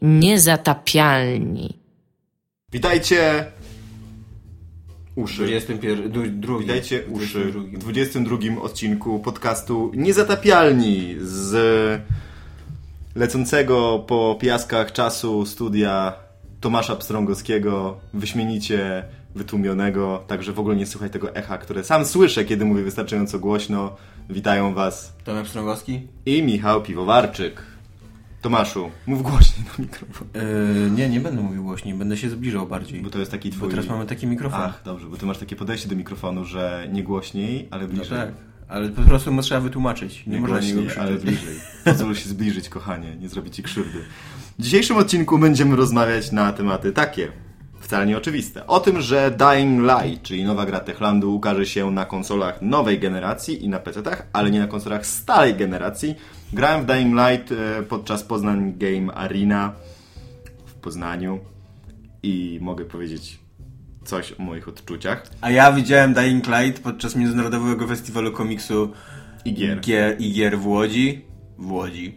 Niezatapialni. Witajcie uszy. 22. Witajcie uszy w 22 odcinku podcastu Niezatapialni z lecącego po piaskach czasu studia Tomasza Pstrągowskiego, wyśmienicie wytłumionego, także w ogóle nie słuchaj tego echa, które sam słyszę, kiedy mówię wystarczająco głośno. Witają was Tomek Pstrągowski i Michał Piwowarczyk. Tomaszu, mów głośniej do mikrofonu. Nie będę mówił głośniej, będę się zbliżał bardziej. Bo to jest taki twój... Bo teraz mamy taki mikrofon. Ach, dobrze, bo ty masz takie podejście do mikrofonu, że nie głośniej, ale bliżej. No tak, ale po prostu mu trzeba wytłumaczyć. Nie głośniej, ale bliżej. Pozwól się zbliżyć, kochanie, nie zrobić ci krzywdy. W dzisiejszym odcinku będziemy rozmawiać na tematy takie, wcale nieoczywiste. O tym, że Dying Light, czyli nowa gra Techlandu, ukaże się na konsolach nowej generacji i na PC-tach, ale nie na konsolach starej generacji. Grałem w Dying Light podczas Poznań Game Arena w Poznaniu i mogę powiedzieć coś o moich odczuciach. A ja widziałem Dying Light podczas Międzynarodowego Festiwalu Komiksu i Gier w Łodzi. W Łodzi.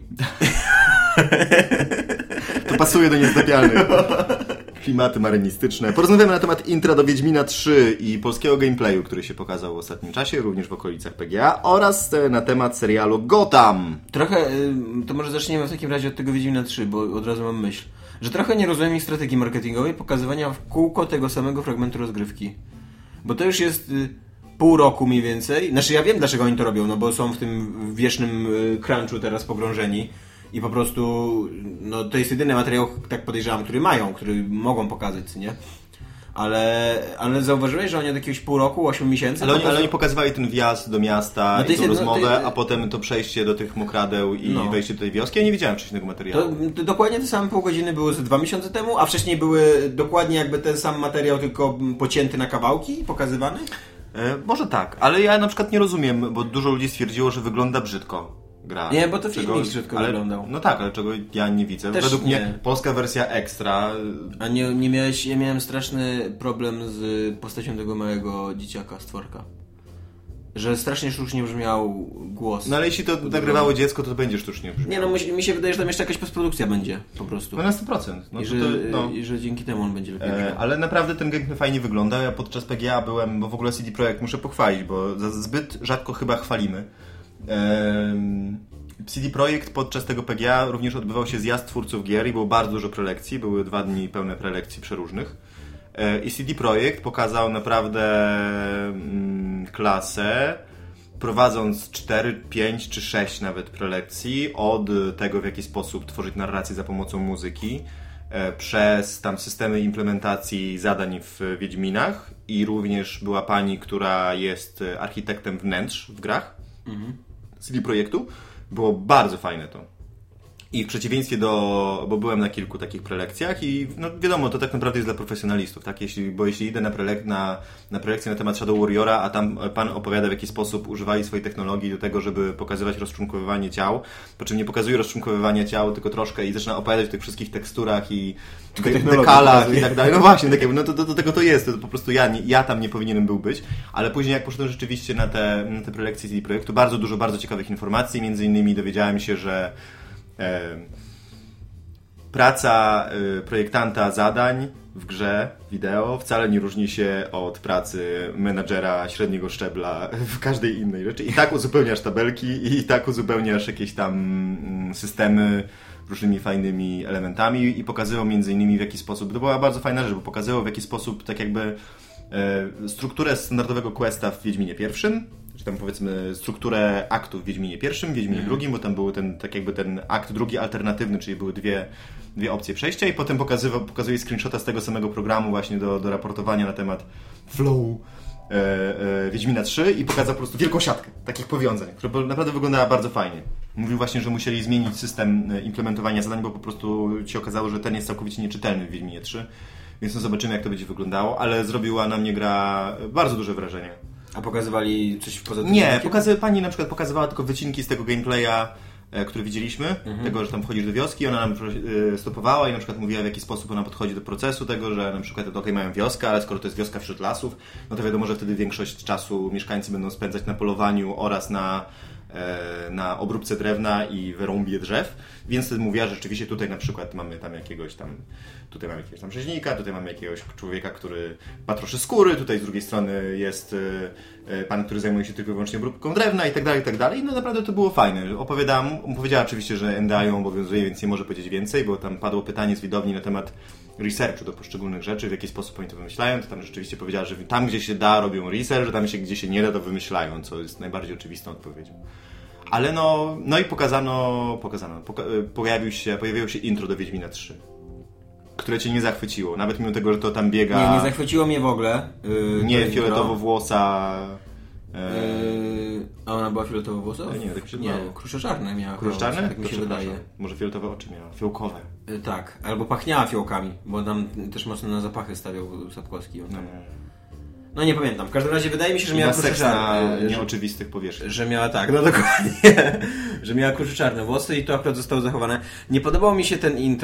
To pasuje do Niezatapialnych. Klimaty marynistyczne. Porozmawiamy na temat intra do Wiedźmina 3 i polskiego gameplayu, który się pokazał w ostatnim czasie, również w okolicach PGA, oraz na temat serialu Gotham. Trochę, to może zaczniemy w takim razie od tego Wiedźmina 3, bo od razu mam myśl, że trochę nie rozumiem ich strategii marketingowej pokazywania w kółko tego samego fragmentu rozgrywki. Bo to już jest pół roku mniej więcej. Znaczy ja wiem, dlaczego oni to robią, no bo są w tym wiecznym crunchu teraz pogrążeni. I po prostu, no to jest jedyny materiał, tak podejrzewam, który mają, który mogą pokazać, nie? Ale zauważyłeś, że oni od jakiegoś pół roku, 8 miesięcy... Ale oni pokazywali ten wjazd do miasta i tą rozmowę, a potem to przejście do tych mokradeł i wejście do tej wioski. Ja nie widziałem wcześniejszego materiału. To dokładnie te same pół godziny były ze 2 miesiące temu, a wcześniej były dokładnie jakby ten sam materiał, tylko pocięty na kawałki i pokazywany? Może tak, ale ja na przykład nie rozumiem, bo dużo ludzi stwierdziło, że wygląda brzydko. Gra. Nie, bo to filmik brzydko wyglądał. No tak, ale czego ja nie widzę. Też według nie. mnie polska wersja ekstra. A nie miałeś... Ja miałem straszny problem z postacią tego małego dzieciaka, stworka. Że strasznie sztucznie brzmiał głos. No ale jeśli to nagrywało dziecko, to będzie sztucznie brzmiało. Nie no, mi się wydaje, że tam jeszcze jakaś postprodukcja będzie po prostu. No na 100%. No, I że dzięki temu on będzie lepiej brzmiał. Ale naprawdę ten gameplay fajnie wygląda. Ja podczas PGA byłem, bo w ogóle CD Projekt muszę pochwalić, bo zbyt rzadko chyba chwalimy. CD Projekt podczas tego PGA również odbywał się zjazd twórców gier i było bardzo dużo prelekcji, były 2 dni pełne prelekcji przeróżnych i CD Projekt pokazał naprawdę klasę, prowadząc 4, 5 czy 6 nawet prelekcji od tego, w jaki sposób tworzyć narrację za pomocą muzyki, przez tam systemy implementacji zadań w Wiedźminach i również była pani, która jest architektem wnętrz w grach CD Projektu. Było bardzo fajne to. I w przeciwieństwie bo byłem na kilku takich prelekcjach i no wiadomo, to tak naprawdę jest dla profesjonalistów, tak? Jeśli idę na prelekcję na temat Shadow Warriora, a tam pan opowiada, w jaki sposób używali swojej technologii do tego, żeby pokazywać rozczłonkowywanie ciał, po czym nie pokazuje rozczłonkowywania ciał, tylko troszkę i zaczyna opowiadać o tych wszystkich teksturach i dekalach i tak dalej. No właśnie, takie, no do tego to jest, to po prostu ja tam nie powinienem był być, ale później jak poszedłem rzeczywiście na te prelekcje z projektu, bardzo ciekawych informacji, między innymi dowiedziałem się, że praca projektanta zadań w grze wideo wcale nie różni się od pracy menadżera średniego szczebla w każdej innej rzeczy. I tak uzupełniasz tabelki i tak uzupełniasz jakieś tam systemy różnymi fajnymi elementami i pokazywał między innymi w jaki sposób, to była bardzo fajna rzecz, bo pokazywał w jaki sposób tak jakby strukturę standardowego questa w Wiedźminie pierwszym, czy tam powiedzmy strukturę aktów w Wiedźminie pierwszym, w Wiedźminie drugim, bo tam był ten akt drugi alternatywny, czyli były dwie opcje przejścia i potem pokazuje screenshota z tego samego programu właśnie do raportowania na temat flow Wiedźmina 3 i pokazał po prostu wielką siatkę takich powiązań, która naprawdę wyglądała bardzo fajnie. Mówił właśnie, że musieli zmienić system implementowania zadań, bo po prostu się okazało, że ten jest całkowicie nieczytelny w Wiedźminie 3, więc no zobaczymy, jak to będzie wyglądało, ale zrobiła na mnie gra bardzo duże wrażenie. A pokazywali coś poza tym? Nie, pani na przykład pokazywała tylko wycinki z tego gameplaya, który widzieliśmy, tego, że tam wchodzisz do wioski, ona nam stopowała i na przykład mówiła, w jaki sposób ona podchodzi do procesu tego, że na przykład mają wioskę, ale skoro to jest wioska wśród lasów, no to wiadomo, że wtedy większość czasu mieszkańcy będą spędzać na polowaniu oraz na na obróbce drewna i wyrąbie drzew, więc wtedy mówiła, że rzeczywiście tutaj na przykład mamy tam jakiegoś tam rzeźnika, tutaj mamy jakiegoś człowieka, który patroszy skóry, tutaj z drugiej strony jest pan, który zajmuje się tylko i wyłącznie obróbką drewna i tak dalej. No naprawdę to było fajne. Powiedziała oczywiście, że NDA ją obowiązuje, więc nie może powiedzieć więcej, bo tam padło pytanie z widowni na temat researchu do poszczególnych rzeczy, w jaki sposób oni to wymyślają, to tam rzeczywiście powiedziała, że tam, gdzie się da, robią research, gdzie się nie da, to wymyślają, co jest najbardziej oczywistą odpowiedzią. Ale no i pojawiło się intro do Wiedźmina 3, które cię nie zachwyciło, nawet mimo tego, że to tam biega... Nie zachwyciło mnie w ogóle. Nie fioletowo-włosa... A ona była fioletowo-włosa? Nie, tak mi się nie, krusze czarne miała. Krusze czarne? Tak mi się wydaje. Może fioletowe oczy miała, fiołkowe. Tak, albo pachniała fiołkami, bo tam też mocno na zapachy stawiał Sapkowski. No nie pamiętam. W każdym razie wydaje mi się, że miała krusze czarne. Na nieoczywistych powierzchniach. Że miała tak, no dokładnie. Że miała krusze czarne włosy i to akurat zostało zachowane. Nie podobało mi się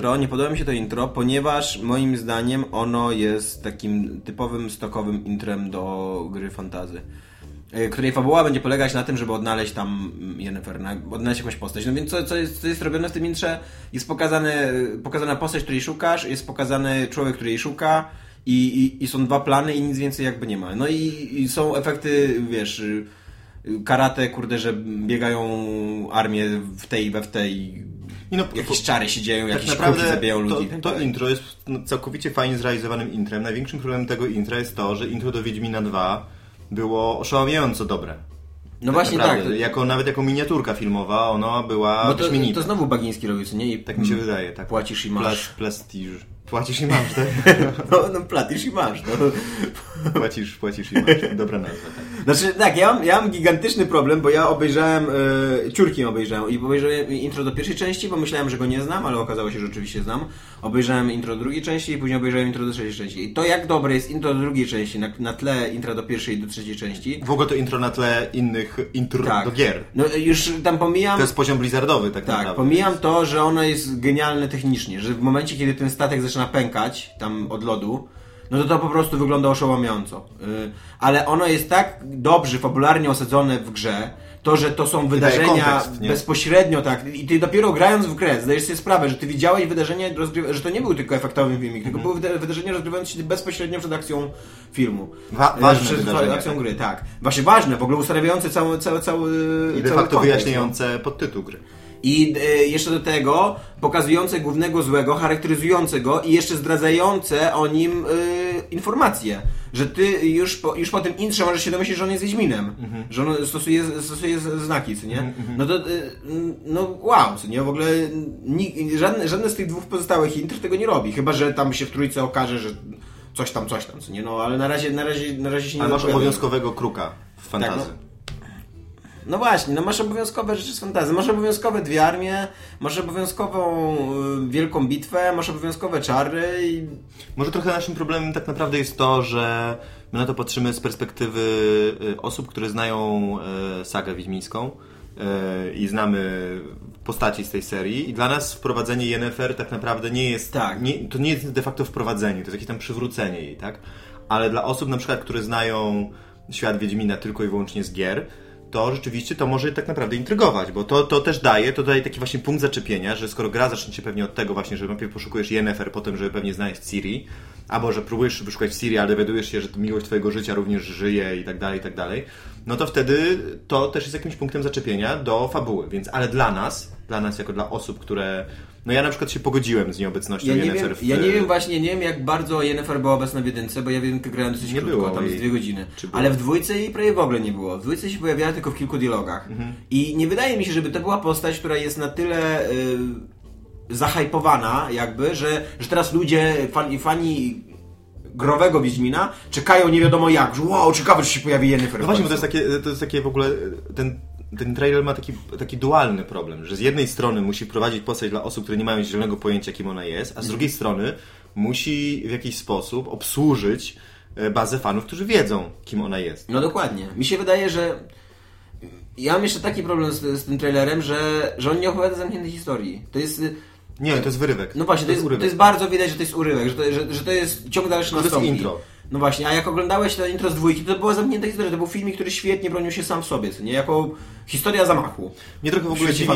to intro, ponieważ moim zdaniem ono jest takim typowym, stokowym intrem do gry fantasy, której fabuła będzie polegać na tym, żeby odnaleźć tam Yennefer, odnaleźć jakąś postać. No więc co jest robione w tym intrze? Jest pokazana postać, której szukasz, jest pokazany człowiek, który jej szuka i są dwa plany i nic więcej jakby nie ma. No i są efekty, wiesz, karate, kurde, że biegają armię we w tej jakieś czary się dzieją, tak jakieś kruki zabijają ludzi. To intro jest całkowicie fajnie zrealizowanym intrem. Największym problemem tego intra jest to, że intro do Wiedźmina 2 było oszałamiająco dobre. No właśnie naprawdę, tak. Nawet jako miniaturka filmowa ona była wyśmienita. To znowu Bagiński robił, co nie? Tak mi się wydaje, tak. Płacisz i masz. Prestiż. Płacisz i masz, tak? No platisz i masz. No. Płacisz i masz. Dobra nazwa, tak. Znaczy tak, ja mam gigantyczny problem, bo ja obejrzałem, Ciurkiem obejrzałem i obejrzałem intro do pierwszej części, bo myślałem, że go nie znam, ale okazało się, że rzeczywiście znam. Obejrzałem intro do drugiej części i później obejrzałem intro do trzeciej części. I to jak dobre jest intro do drugiej części, na tle intra do pierwszej i do trzeciej części. W ogóle to intro na tle innych intro do gier. No już tam pomijam... To jest poziom blizzardowy tak naprawdę. Tak, pomijam to, że ono jest genialne technicznie, że w momencie, kiedy ten statek zaczyna pękać tam od lodu, no to po prostu wygląda oszałamiająco. Ale ono jest tak dobrze, fabularnie osadzone w grze, to, że to są wydarzenia bezpośrednio, tak, i ty dopiero grając w grę zdajesz sobie sprawę, że ty widziałeś wydarzenia, że to nie był tylko efektowy filmik, tylko były wydarzenia rozgrywające się bezpośrednio przed akcją filmu. Ważne przed akcją gry, tak. Właśnie ważne, w ogóle ustawiające cały i de facto wyjaśniające podtytuł gry. I jeszcze do tego pokazujące głównego złego, charakteryzujące go i jeszcze zdradzające o nim informacje. Że ty już po tym intrze możesz się domyślić, że on jest Wiedźminem. Że on stosuje znaki, co nie? No to, no wow, co nie? W ogóle żadne z tych dwóch pozostałych intr tego nie robi. Chyba że tam się w trójce okaże, że coś tam, co nie? No ale na razie się nie... Ale masz obowiązkowego kruka w fantazji. Tak, no właśnie, no masz obowiązkowe rzeczy z fantazji. Masz obowiązkowe dwie armie, masz obowiązkową wielką bitwę, masz obowiązkowe czary i... Może trochę naszym problemem tak naprawdę jest to, że my na to patrzymy z perspektywy osób, które znają sagę wiedźmińską i znamy postaci z tej serii i dla nas wprowadzenie Yennefer tak naprawdę nie jest... Tak. To nie jest de facto wprowadzenie, to jest jakieś tam przywrócenie jej, tak? Ale dla osób na przykład, które znają świat Wiedźmina tylko i wyłącznie z gier, to rzeczywiście to może tak naprawdę intrygować, bo to też daje taki właśnie punkt zaczepienia, że skoro gra zacznie się pewnie od tego właśnie, że najpierw poszukujesz Yennefer, potem, żeby pewnie znaleźć Ciri, albo że próbujesz wyszukać Ciri, ale dowiadujesz się, że miłość twojego życia również żyje i tak dalej, no to wtedy to też jest jakimś punktem zaczepienia do fabuły, więc ale dla nas jako dla osób, które... No ja na przykład się pogodziłem z nieobecnością Yennefer. Ja nie wiem jak bardzo Yennefer była obecna w jedynce, bo ja w jedynkę grałem dosyć krótko, tam z 2 godziny. Ale w dwójce jej prawie w ogóle nie było. W dwójce się pojawiała tylko w kilku dialogach. I nie wydaje mi się, żeby to była postać, która jest na tyle zahajpowana jakby, że teraz ludzie, fani growego Wiedźmina czekają nie wiadomo jak, że wow, ciekawe, czy się pojawi Yennefer. No właśnie, bo to jest takie w ogóle... Ten trailer ma taki dualny problem, że z jednej strony musi wprowadzić postać dla osób, które nie mają zielonego pojęcia, kim ona jest, a z drugiej strony musi w jakiś sposób obsłużyć bazę fanów, którzy wiedzą, kim ona jest. No dokładnie. Mi się wydaje, że ja mam jeszcze taki problem z tym trailerem, że on nie opowiada zamkniętej historii. To jest... Nie, to jest wyrywek. No właśnie, to jest bardzo widać, że to jest urywek, że to jest ciąg dalszy na to jest intro. No właśnie, a jak oglądałeś to intro z 2, to była zamknięta historia, to był filmik, który świetnie bronił się sam w sobie, co nie? Jako historia zamachu. Mnie trochę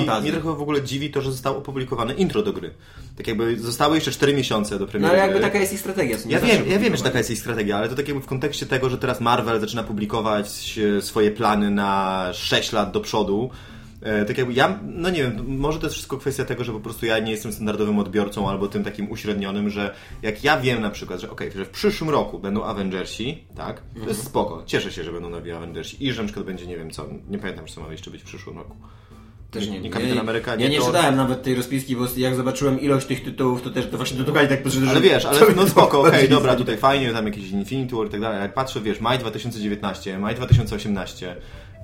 w ogóle dziwi to, że zostało opublikowane intro do gry. Tak jakby zostały jeszcze 4 miesiące do premiery. No ale jakby taka jest ich strategia. Co nie? Ja wiem, że taka jest ich strategia, ale to tak jakby w kontekście tego, że teraz Marvel zaczyna publikować swoje plany na 6 lat do przodu. Tak jakby no nie wiem, może to jest wszystko kwestia tego, że po prostu ja nie jestem standardowym odbiorcą albo tym takim uśrednionym, że jak ja wiem na przykład, że że w przyszłym roku będą Avengersi, tak, to jest spoko, cieszę się, że będą nowi Avengersi i że na przykład będzie, nie wiem co, nie pamiętam, co ma jeszcze być w przyszłym roku. Też nie. Kapitan Ameryka, ja nie czytałem nawet tej rozpiski, bo jak zobaczyłem ilość tych tytułów, to też to właśnie dotykali tak poszedł, ale wiesz, no spoko, okej, dobra, tutaj fajnie, tam jakieś Infinity War i tak dalej, jak patrzę, wiesz, maj 2019, maj 2018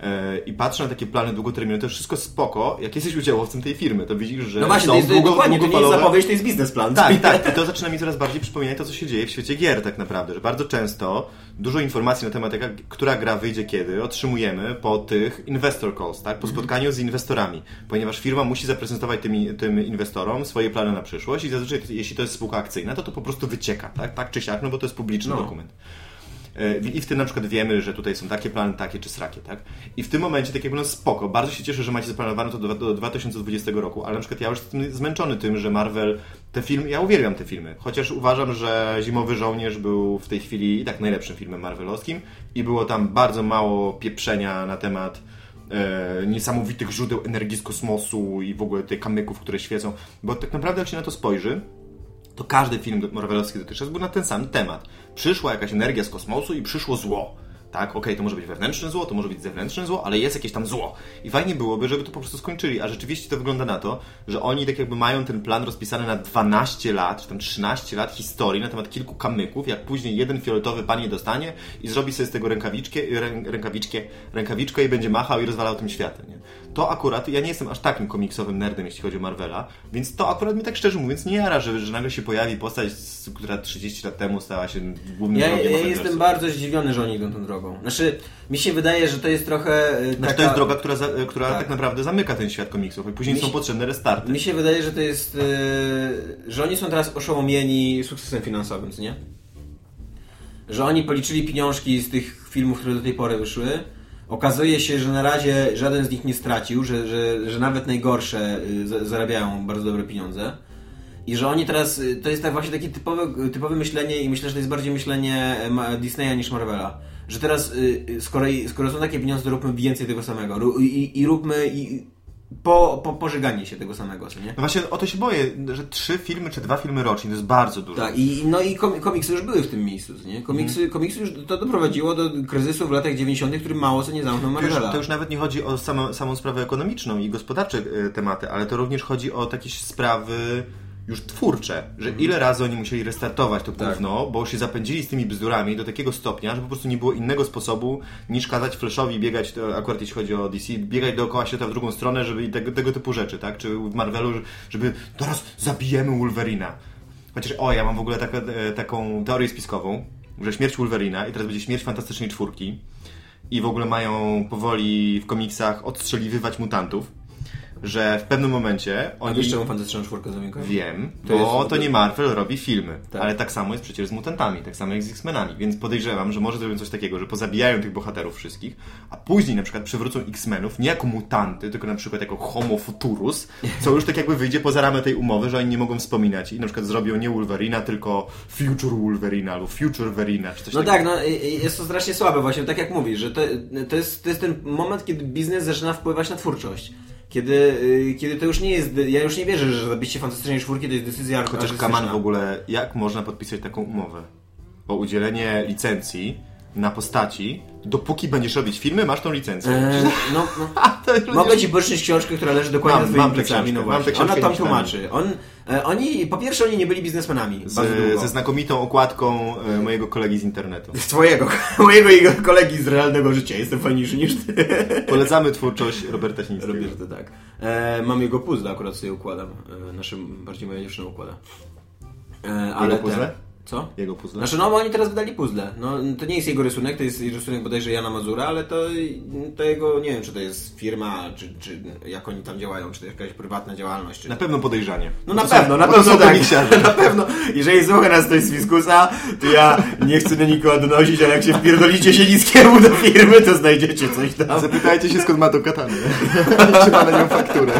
i patrzę na takie plany długoterminowe, to jest wszystko spoko. Jak jesteś udziałowcem tej firmy, to widzisz, że no właśnie, to jest dokładnie, to nie jest zapowiedź, to jest biznesplan. Tak. I to zaczyna mi coraz bardziej przypominać to, co się dzieje w świecie gier tak naprawdę, że bardzo często dużo informacji na temat tego, która gra wyjdzie kiedy, otrzymujemy po tych investor calls, tak? Po spotkaniu z inwestorami, ponieważ firma musi zaprezentować tym inwestorom swoje plany na przyszłość i zazwyczaj, jeśli to jest spółka akcyjna, to po prostu wycieka, tak czy siak, no bo to jest publiczny dokument. I w tym na przykład wiemy, że tutaj są takie plany, takie czy srakie, tak? I w tym momencie, tak jakby no spoko, bardzo się cieszę, że macie zaplanowane to do 2020 roku, ale na przykład ja już jestem zmęczony tym, że Marvel, te filmy, ja uwielbiam te filmy, chociaż uważam, że Zimowy Żołnierz był w tej chwili i tak najlepszym filmem marvelowskim i było tam bardzo mało pieprzenia na temat niesamowitych źródeł energii z kosmosu i w ogóle tych kamyków, które świecą, bo tak naprawdę jak się na to spojrzy, to każdy film marvelowski dotychczas był na ten sam temat. Przyszła jakaś energia z kosmosu i przyszło zło. Tak, okej, to może być wewnętrzne zło, to może być zewnętrzne zło, ale jest jakieś tam zło. I fajnie byłoby, żeby to po prostu skończyli, a rzeczywiście to wygląda na to, że oni tak jakby mają ten plan rozpisany na 12 lat, czy tam 13 lat historii na temat kilku kamyków, jak później jeden fioletowy pan je dostanie i zrobi sobie z tego rękawiczkę i będzie machał i rozwalał tym światem, nie? To akurat, ja nie jestem aż takim komiksowym nerdem, jeśli chodzi o Marvela, więc to akurat mi tak szczerze mówiąc nie jara, że nagle się pojawi postać, która 30 lat temu stała się głównym wrogiem. Ja jestem bardzo zdziwiony, że oni idą tą drogą. Znaczy, mi się wydaje, że to jest trochę taka... to jest droga, która tak naprawdę zamyka ten świat komiksów i później są potrzebne restarty. Mi się wydaje, że to jest... że oni są teraz oszołomieni sukcesem finansowym, co nie? Że oni policzyli pieniążki z tych filmów, które do tej pory wyszły. Okazuje się, że na razie żaden z nich nie stracił, że nawet najgorsze zarabiają bardzo dobre pieniądze. I że oni teraz, to jest tak właśnie takie typowe myślenie i myślę, że to jest bardziej myślenie Disneya niż Marvela. Że teraz, skoro są takie pieniądze, to róbmy więcej tego samego. I róbmy pożyganie się tego samego, co nie? No właśnie o to się boję, że 3 filmy czy 2 filmy rocznie to jest bardzo dużo. Tak, i komiksy już były w tym miejscu, co nie? Komiksy już to doprowadziło do kryzysu w latach 90., który mało co nie zamknął Marvela. To już nawet nie chodzi o samą sprawę ekonomiczną i gospodarcze tematy, ale to również chodzi o takie sprawy już twórcze, że ile razy oni musieli restartować to gówno, bo się zapędzili z tymi bzdurami do takiego stopnia, że po prostu nie było innego sposobu niż kazać Flashowi biegać, akurat jeśli chodzi o DC, biegać dookoła świata w drugą stronę, żeby tego typu rzeczy, tak? Czy w Marvelu, żeby teraz zabijemy Wolverina. Chociaż ja mam w ogóle taką teorię spiskową, że śmierć Wolverina i teraz będzie śmierć Fantastycznej Czwórki i w ogóle mają powoli w komiksach odstrzeliwywać mutantów, że w pewnym momencie oni... A wiesz czemu Fantastyczną Czwórkę zamykają? Wiem, bo to nie Marvel robi filmy, tak. Ale tak samo jest przecież z mutantami, tak samo jak z X-Menami, więc podejrzewam, że może zrobią coś takiego, że pozabijają tych bohaterów wszystkich, a później na przykład przywrócą X-Menów nie jako mutanty, tylko na przykład jako Homo Futurus, co już tak jakby wyjdzie poza ramę tej umowy, że oni nie mogą wspominać i na przykład zrobią nie Wolverina, tylko Future Wolverina albo Future Verina, czy coś takiego. Tak, jest to strasznie słabe właśnie, tak jak mówisz, że to jest ten moment, kiedy biznes zaczyna wpływać na twórczość. Kiedy to już nie jest... Ja już nie wierzę, że zabicie Fantastycznej Czwórki to jest decyzja... Chociaż Kaman w ogóle, jak można podpisać taką umowę? O udzielenie licencji na postaci, dopóki będziesz robić filmy, masz tą licencję. Mogę ci pożyczyć książkę, która leży dokładnie na twoimi plecami. No właśnie. Ona tam tłumaczy. Po pierwsze, oni nie byli biznesmenami. Ze znakomitą okładką mojego kolegi z internetu. Mojego i jego kolegi z realnego życia. Jestem fajniejszy niż ty. Polecamy twórczość Roberta Śnińskiego. Tak. Mam jego puzzle, akurat sobie układam. Naszym bardziej moja dziewczyna układa. Ale puzzle? Co? Jego puzzle? Znaczy, no bo oni teraz wydali puzzle. No, to nie jest jego rysunek, to jest rysunek bodajże Jana Mazura, ale to jego, nie wiem, czy to jest firma, czy jak oni tam działają, czy to jakaś prywatna działalność. Czy... Na pewno podejrzanie. No na pewno tak. Na pewno, jeżeli słucha nas ktoś z Fiskusa, to ja nie chcę do nikogo donosić, ale jak się wpierdolicie Sielińskiemu do firmy, to znajdziecie coś tam. Zapytajcie się, skąd ma tą katanę. Czy ma na nią fakturę.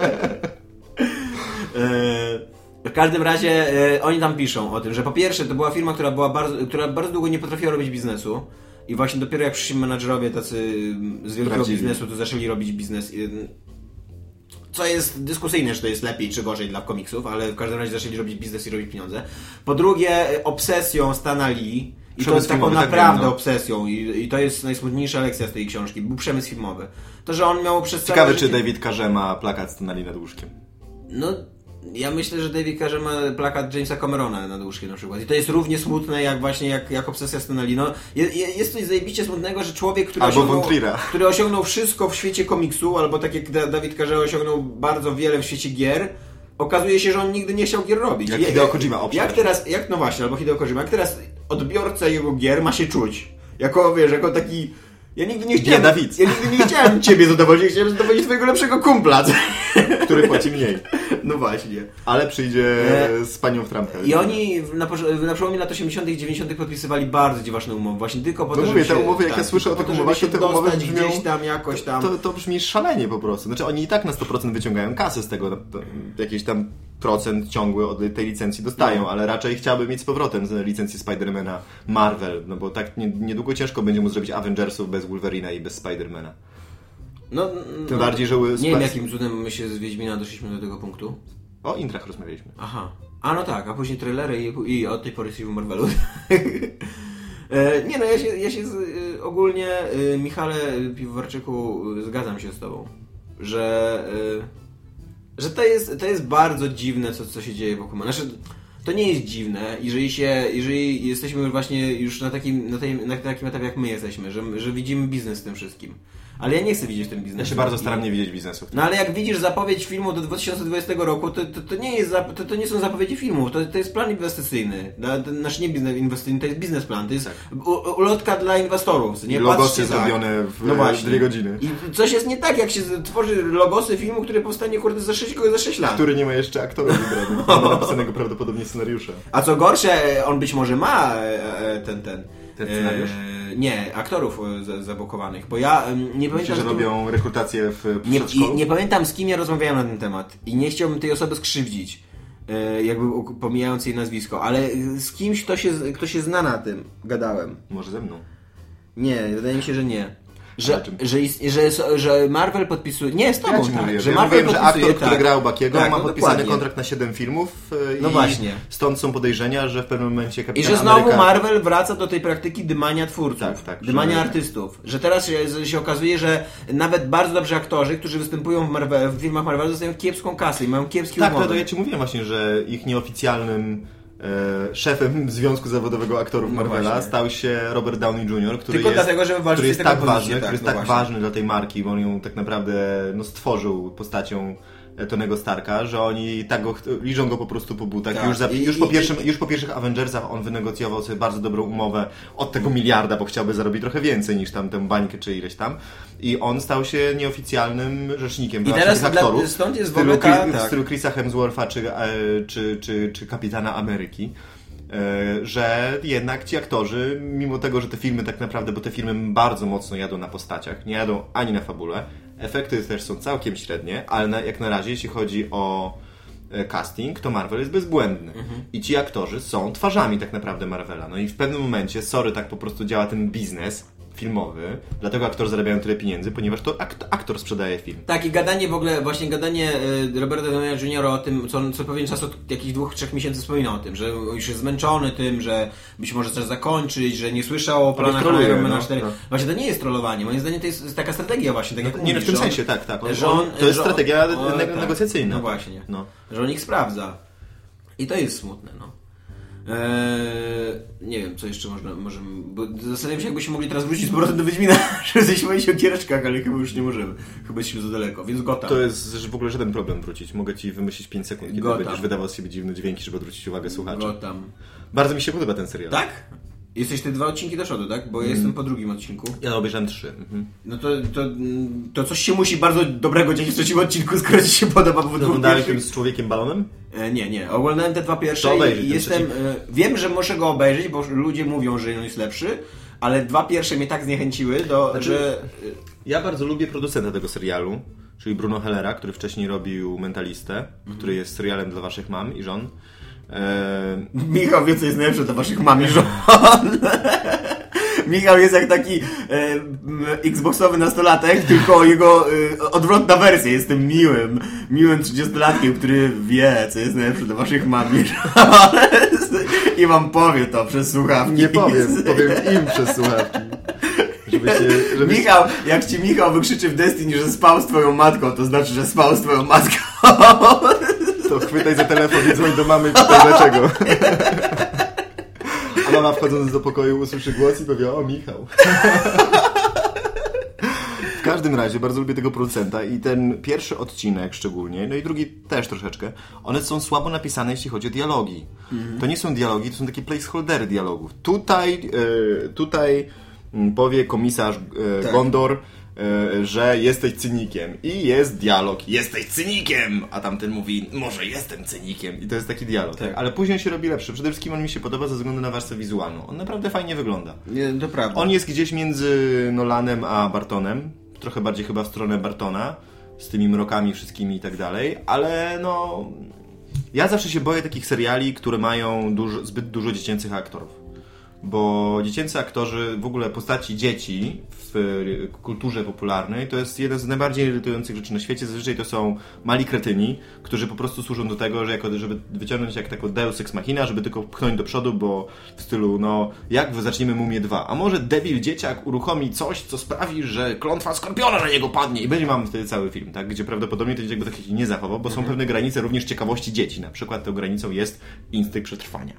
W każdym razie oni tam piszą o tym, że po pierwsze to była firma, która bardzo długo nie potrafiła robić biznesu i właśnie dopiero jak przyszli menadżerowie tacy z wielkiego biznesu, to zaczęli robić biznes. Co jest dyskusyjne, czy to jest lepiej czy gorzej dla komiksów, ale w każdym razie zaczęli robić biznes i robić pieniądze. Po drugie, obsesją Stana Lee, i to jest taką naprawdę obsesją i to jest najsmutniejsza lekcja z tej książki, był przemysł filmowy. To, że on miał przez Ciekawe, czy David Carze ma plakat Stana Lee nad łóżkiem. No, ja myślę, że David Carze ma plakat Jamesa Camerona nad łóżkiem na przykład. I to jest równie smutne jak właśnie jak obsesja Stana Lee. No, jest coś zajebiście smutnego, że człowiek, który osiągnął wszystko w świecie komiksu, albo tak jak David Carze osiągnął bardzo wiele w świecie gier, okazuje się, że on nigdy nie chciał gier robić. Jak Hideo Kojima, no właśnie, albo Hideo Kojima. Jak teraz odbiorca jego gier ma się czuć? Jako, wiesz, jako taki... Ja nigdy nie chciałem ciebie zadowolić, chciałem zadowolić twojego lepszego kumpla. Który płaci mniej. No właśnie. Ale przyjdzie z panią w trampę. I oni na przełomie lat 80. i 90. podpisywali bardzo dziwaczne umowy. Właśnie tylko po to, mówię, te umowy, jak ja słyszę o tych umowach, to te umowy brzmią... gdzieś tam, jakoś tam... To brzmi szalenie po prostu. Znaczy oni i tak na 100% wyciągają kasę z tego. Jakiś tam procent ciągły od tej licencji dostają, ale raczej chciałbym mieć z powrotem z licencji Spidermana Marvel, no bo tak niedługo ciężko będzie mu zrobić Avengersów bez Wolverina i bez Spidermana. Tym bardziej, że... Nie wiem, jakim cudem my się z Wiedźmina doszliśmy do tego punktu. O intrach rozmawialiśmy. Aha. A no tak, a później trailery i od tej pory jesteśmy w Marvelu. Nie no, ja się ogólnie, Michale Piwowarczyku, zgadzam się z tobą, że to jest bardzo dziwne, co się dzieje wokół. Znaczy, to nie jest dziwne, jeżeli jesteśmy właśnie już na takim etapie, jak my jesteśmy, że widzimy biznes w tym wszystkim. Ale ja nie chcę widzieć w tym biznesie. Ja się bardzo staram nie widzieć biznesu. No ale jak widzisz zapowiedź filmu do 2020 roku, to nie są zapowiedzi filmów, to jest plan inwestycyjny. Nasz nie biznes inwestycyjny, to jest biznesplan, to jest ulotka dla inwestorów. Nie? Logosy zrobione w 2 godziny. I coś jest nie tak, jak się tworzy logosy filmu, który powstanie za 6 lat. Który nie ma jeszcze aktorów wybranych. Nie ma napisanego prawdopodobnie scenariusza. A co gorsze, on być może ma ten scenariusz? Nie, aktorów zabukowanych, bo ja nie pamiętam... Myślę, że robią rekrutację w przedszkolu? Nie pamiętam, z kim ja rozmawiałem na ten temat i nie chciałbym tej osoby skrzywdzić, jakby pomijając jej nazwisko, ale z kimś, kto się zna na tym, gadałem. Może ze mną? Nie, wydaje mi się, że nie. Że Marvel podpisuje... Nie, z tobą, ja tak. Mówię, że Marvel że aktor, który grał Bakiego, ma podpisany kontrakt na 7 filmów no i właśnie. Stąd są podejrzenia, że w pewnym momencie Kapitan I że znowu Ameryka... Marvel wraca do tej praktyki dymania twórców, dymania artystów. Że teraz się okazuje, że nawet bardzo dobrzy aktorzy, którzy występują w filmach Marvelu, dostają kiepską kasę i mają kiepskie umowy. Tak, to ja ci mówiłem właśnie, że ich nieoficjalnym szefem Związku Zawodowego Aktorów Marvela stał się Robert Downey Jr., który jest tak ważny dla tej marki, bo on ją tak naprawdę stworzył postacią Tonego Starka, że oni tak liżą go po prostu po butach. Tak. Już po pierwszych Avengersach on wynegocjował sobie bardzo dobrą umowę od tego miliarda, bo chciałby zarobić trochę więcej niż tam tę bańkę czy ileś tam. I on stał się nieoficjalnym rzecznikiem dla tych aktorów. Stąd jest w stylu Chrisa Hemswortha czy Kapitana Ameryki. Że jednak ci aktorzy, mimo tego, że te filmy tak naprawdę, bo te filmy bardzo mocno jadą na postaciach, nie jadą ani na fabule, efekty też są całkiem średnie, ale jak na razie, jeśli chodzi o casting, to Marvel jest bezbłędny. I ci aktorzy są twarzami tak naprawdę Marvela. No i w pewnym momencie, tak po prostu działa ten biznes filmowy, dlatego aktorzy zarabiają tyle pieniędzy, ponieważ to aktor sprzedaje film. Tak, i gadanie w ogóle, właśnie gadanie Roberta Downey Jr. o tym, co pewien czas od jakichś 2-3 miesięcy wspomina o tym, że już jest zmęczony tym, że być może chce zakończyć, że nie słyszał o planach Iron Man 4. Właśnie to nie jest trollowanie, moim zdaniem to jest taka strategia właśnie, tak jak nie, mówisz, w tym sensie, tak. To jest strategia negocjacyjna. No właśnie, że on ich sprawdza. I to jest smutne, Nie wiem, co jeszcze możemy... Bo zastanawiam się, jakbyśmy mogli teraz wrócić z powrotem do Wiedźmina, żeby coś powiedzieć o giereczkach, ale chyba już nie możemy. Chyba jesteśmy za daleko, więc Gotham. To jest w ogóle żaden problem wrócić. Mogę ci wymyślić 5 sekund, kiedy Gotham. będziesz wydawał z siebie dziwne dźwięki, żeby odwrócić uwagę słuchaczy. Gotham. Bardzo mi się podoba ten serial. Tak? Jesteś te 2 odcinki do przodu, tak? Bo ja jestem po drugim odcinku. Ja obejrzałem 3. Mhm. No to coś się musi bardzo dobrego dziać w trzecim odcinku, skoro ci się podoba, bo w dwóch Oglądałeś pierwszych... tym z człowiekiem balonem? Nie. Oglądałem te 2 pierwsze To obejrzyj i ten jestem... Wiem, że muszę go obejrzeć, bo ludzie mówią, że on jest lepszy, ale 2 pierwsze mnie tak zniechęciły, że... Ja bardzo lubię producenta tego serialu, czyli Bruno Hellera, który wcześniej robił Mentalistę, który jest serialem dla waszych mam i żon. Michał wie, co jest najlepsze dla waszych mam i żon. Michał jest jak taki xboxowy nastolatek, tylko jego odwrotna wersja. Jestem miłym 30-latkiem, który wie, co jest najlepsze dla waszych mam i żon. I wam powie to przez słuchawki. Nie powiem im przez słuchawki. Michał, jak ci Michał wykrzyczy w Destiny, że spał z twoją matką, to znaczy, że spał z twoją matką. To chwytaj za telefon i dzwoń do mamy i pytaj dlaczego. A mama wchodząc do pokoju usłyszy głos i powie: o, Michał. W każdym razie bardzo lubię tego producenta i ten pierwszy odcinek szczególnie, no i drugi też troszeczkę, one są słabo napisane, jeśli chodzi o dialogi. To nie są dialogi, to są takie placeholdery dialogów. Tutaj powie komisarz Gondor, że jesteś cynikiem. I jest dialog: jesteś cynikiem! A tamten mówi: może jestem cynikiem. I to jest taki dialog. Tak. Ale później się robi lepszy. Przede wszystkim on mi się podoba ze względu na warstwę wizualną. On naprawdę fajnie wygląda. Nie, to prawda. On jest gdzieś między Nolanem a Bartonem. Trochę bardziej chyba w stronę Bartona. Z tymi mrokami wszystkimi i tak dalej. Ale no... Ja zawsze się boję takich seriali, które mają zbyt dużo dziecięcych aktorów. Bo dziecięcy aktorzy, w ogóle postaci dzieci w kulturze popularnej to jest jeden z najbardziej irytujących rzeczy na świecie. Zazwyczaj to są mali kretyni, którzy po prostu służą do tego, żeby wyciągnąć jak taką deus ex machina, żeby tylko pchnąć do przodu, bo w stylu, no, jak zaczniemy Mumię 2? A może debil dzieciak uruchomi coś, co sprawi, że klątwa Skorpiona na niego padnie i mamy wtedy cały film, tak? Gdzie prawdopodobnie ten dzieciak by tak się nie zachował, bo są pewne granice również ciekawości dzieci. Na przykład tą granicą jest instynkt przetrwania.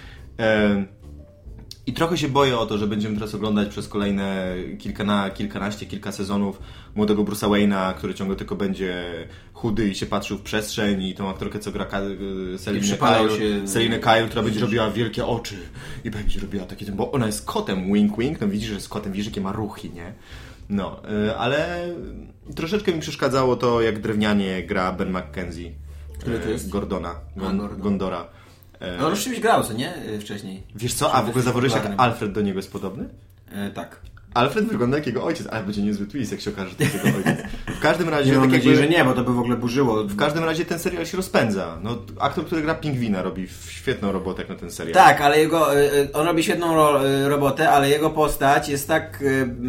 I trochę się boję o to, że będziemy teraz oglądać przez kolejne kilka sezonów młodego Bruce'a Wayne'a, który ciągle tylko będzie chudy i się patrzył w przestrzeń, i tą aktorkę, co gra Selinę Kyle, która będzie robiła wielkie oczy i będzie robiła takie, bo ona jest kotem, wink wink, no widzisz, że jest kotem, widzisz, jakie ma ruchy, nie? No, ale troszeczkę mi przeszkadzało to, jak drewnianie gra Ben McKenzie. Który to jest? Gondora. No on już grał, co nie? Wcześniej. Wiesz co? A w ogóle zauważyłeś, jak Alfred do niego jest podobny? Tak. Alfred wygląda jak jego ojciec, ale będzie niezły twist, jak się okaże, że to jest jego ojciec. W każdym razie... Nie mam nadzieję, że nie, bo to by w ogóle burzyło. W każdym razie ten serial się rozpędza. No, aktor, który gra Pingwina, robi świetną robotę jak na ten serial. Tak, ale on robi świetną robotę, ale jego postać jest tak...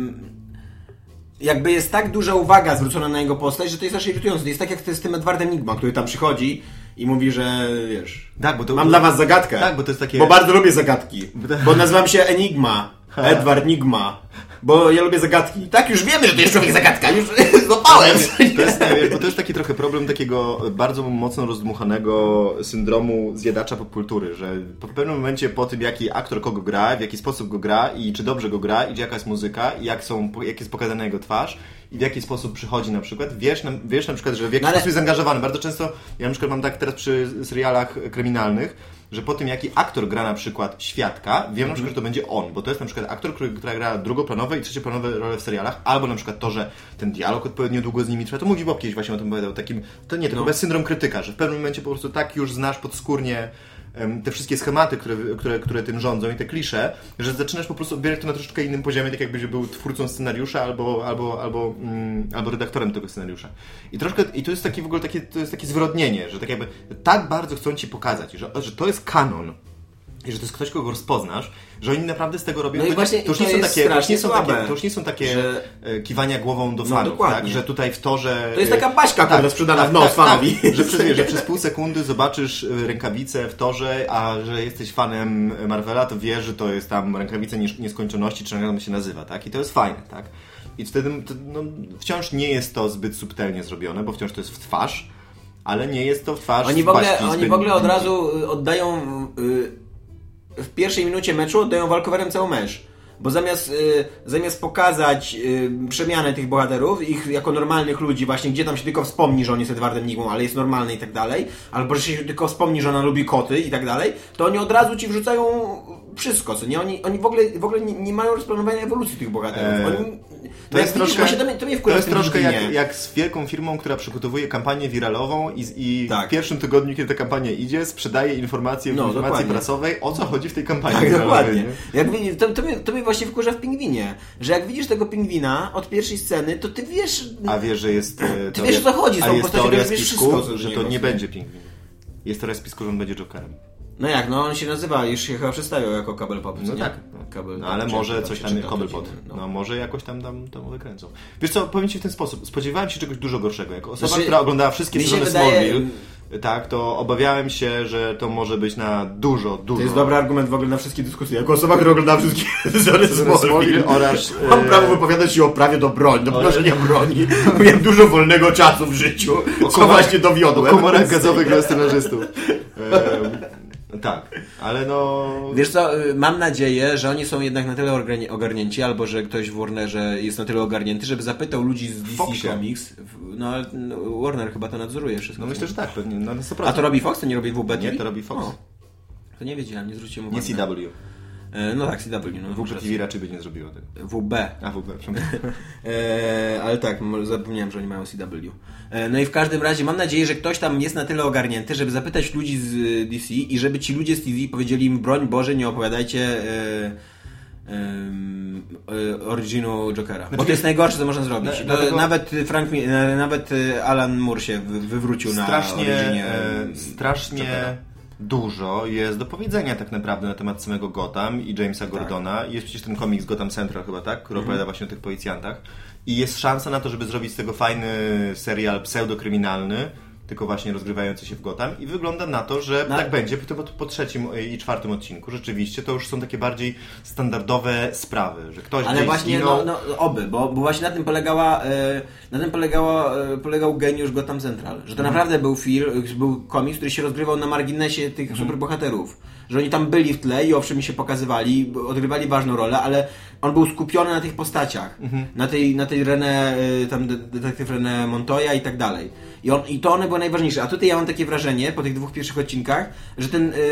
Jakby jest tak duża uwaga zwrócona na jego postać, że to jest aż irytujące. To jest tak jak z tym Edwardem Nigma, który tam przychodzi i mówi, że wiesz... Tak, bo mam dla was zagadkę. Tak, bo to jest takie... Bo bardzo lubię zagadki. Bo nazywam się Enigma. Edward Nigma. Bo ja lubię zagadki. Tak, już wiemy, że to jest człowiek zagadka. Już złapałem. Bo to jest taki trochę problem takiego bardzo mocno rozdmuchanego syndromu zjadacza popkultury, że w pewnym momencie po tym, jaki aktor kogo gra, w jaki sposób go gra i czy dobrze go gra i jaka jest muzyka i jak jest pokazana jego twarz i w jaki sposób przychodzi na przykład, wiesz na przykład, że w jaki sposób jest zaangażowany. Bardzo często, ja na przykład mam tak teraz przy serialach kryminalnych, że po tym, jaki aktor gra na przykład świadka, wiem na przykład, że to będzie on, bo to jest na przykład aktor, który gra drugoplanowe i trzecioplanowe role w serialach, albo na przykład to, że ten dialog odpowiednio długo z nimi trwa. To mówi Bob kiedyś właśnie o tym powiedział, takim, to nie, to chyba syndrom krytyka, że w pewnym momencie po prostu tak już znasz podskórnie te wszystkie schematy, które tym rządzą i te klisze, że zaczynasz po prostu odbierać to na troszeczkę innym poziomie, tak jakbyś był twórcą scenariusza albo redaktorem tego scenariusza. I to jest takie w ogóle to jest takie zwrodnienie, że tak jakby tak bardzo chcą ci pokazać, że to jest kanon i że to jest ktoś, kogo rozpoznasz, że oni naprawdę z tego robią... No i właśnie to już nie są takie kiwania głową do fanów, tak? Że tutaj w to, że... To jest taka paśka, która sprzedana w nos fanowi. Że przez pół sekundy zobaczysz rękawicę w torze, a że jesteś fanem Marvela, to wiesz, że to jest tam rękawica nieskończoności, czy jak to się nazywa, tak? I to jest fajne, tak? I wtedy wciąż nie jest to zbyt subtelnie zrobione, bo wciąż to jest w twarz, ale nie jest to w twarz Oni w ogóle od razu oddają... w pierwszej minucie meczu oddają walkowerem cały mecz. Bo zamiast pokazać przemianę tych bohaterów, ich jako normalnych ludzi właśnie, gdzie tam się tylko wspomni, że on jest Edwardem Nigmą, ale jest normalny i tak dalej, albo że się tylko wspomni, że ona lubi koty i tak dalej, to oni od razu ci wrzucają wszystko, co nie? Oni w ogóle nie mają rozplanowania ewolucji tych bohaterów. To jest troszkę jak z wielką firmą, która przygotowuje kampanię wiralową i w pierwszym tygodniu, kiedy ta kampania idzie, sprzedaje informacje w informacji prasowej, o co chodzi w tej kampanii wiralowej. Dokładnie. To mnie właśnie wkurza w Pingwinie, że jak widzisz tego pingwina od pierwszej sceny, to ty wiesz... A wiesz, że jest... Ty wiesz, o co chodzi. A jest teoria spisku, że to nie będzie pingwin. Jest teoria spisku, że on będzie Jokerem. No jak, on się nazywa, już się chyba przedstawiał jako Cobblepot. No tak, ale może coś tam, Cobblepot, może jakoś tam wykręcą. Wiesz co, powiem Ci w ten sposób, spodziewałem się czegoś dużo gorszego. Jako osoba, która oglądała wszystkie sezony Smallville, tak, to obawiałem się, że to może być na dużo... To jest dobry argument w ogóle na wszystkie dyskusje. Jako osoba, która oglądała wszystkie sezony Smallville oraz... Mam prawo wypowiadać się o prawie do noszenia broni. Miałem dużo wolnego czasu w życiu, co właśnie dowiodłem. O komorach gazowych dla scenarzystów. Tak, ale Wiesz co, mam nadzieję, że oni są jednak na tyle ogarnięci, albo że ktoś w Warnerze jest na tyle ogarnięty, żeby zapytał ludzi z DC Comics. Warner chyba to nadzoruje wszystko. No myślę, że tak, pewnie. Na 100%. A to robi Fox, to nie robi WB? Nie, to robi Fox. To nie wiedziałem, nie zwróciłem uwagi. Nie CW. No tak, CW. WB TV raczej by nie zrobiło tego. WB. A, WB, ale tak, zapomniałem, że oni mają CW. No i w każdym razie mam nadzieję, że ktoś tam jest na tyle ogarnięty, żeby zapytać ludzi z DC i żeby ci ludzie z TV powiedzieli im, broń Boże, nie opowiadajcie originu Jokera. Bo to jest najgorsze, co można zrobić. Nawet Alan Moore się wywrócił na originie strasznie Jokera. Dużo jest do powiedzenia tak naprawdę na temat samego Gotham i Jamesa Gordona. Jest przecież ten komiks Gotham Central chyba, tak? Który opowiada właśnie o tych policjantach. I jest szansa na to, żeby zrobić z tego fajny serial pseudokryminalny, tylko właśnie rozgrywający się w Gotham. I wygląda na to, że tak będzie po trzecim i czwartym odcinku. Rzeczywiście to już są takie bardziej standardowe sprawy, że ktoś ale właśnie, bo właśnie na tym polegał geniusz Gotham Central. Że to naprawdę był komiks, który się rozgrywał na marginesie tych superbohaterów. Że oni tam byli w tle i owszem się pokazywali, odgrywali ważną rolę, ale on był skupiony na tych postaciach. Na tej René, tam detektyw René Montoya i tak dalej. I to one były najważniejsze. A tutaj ja mam takie wrażenie, po tych dwóch pierwszych odcinkach, że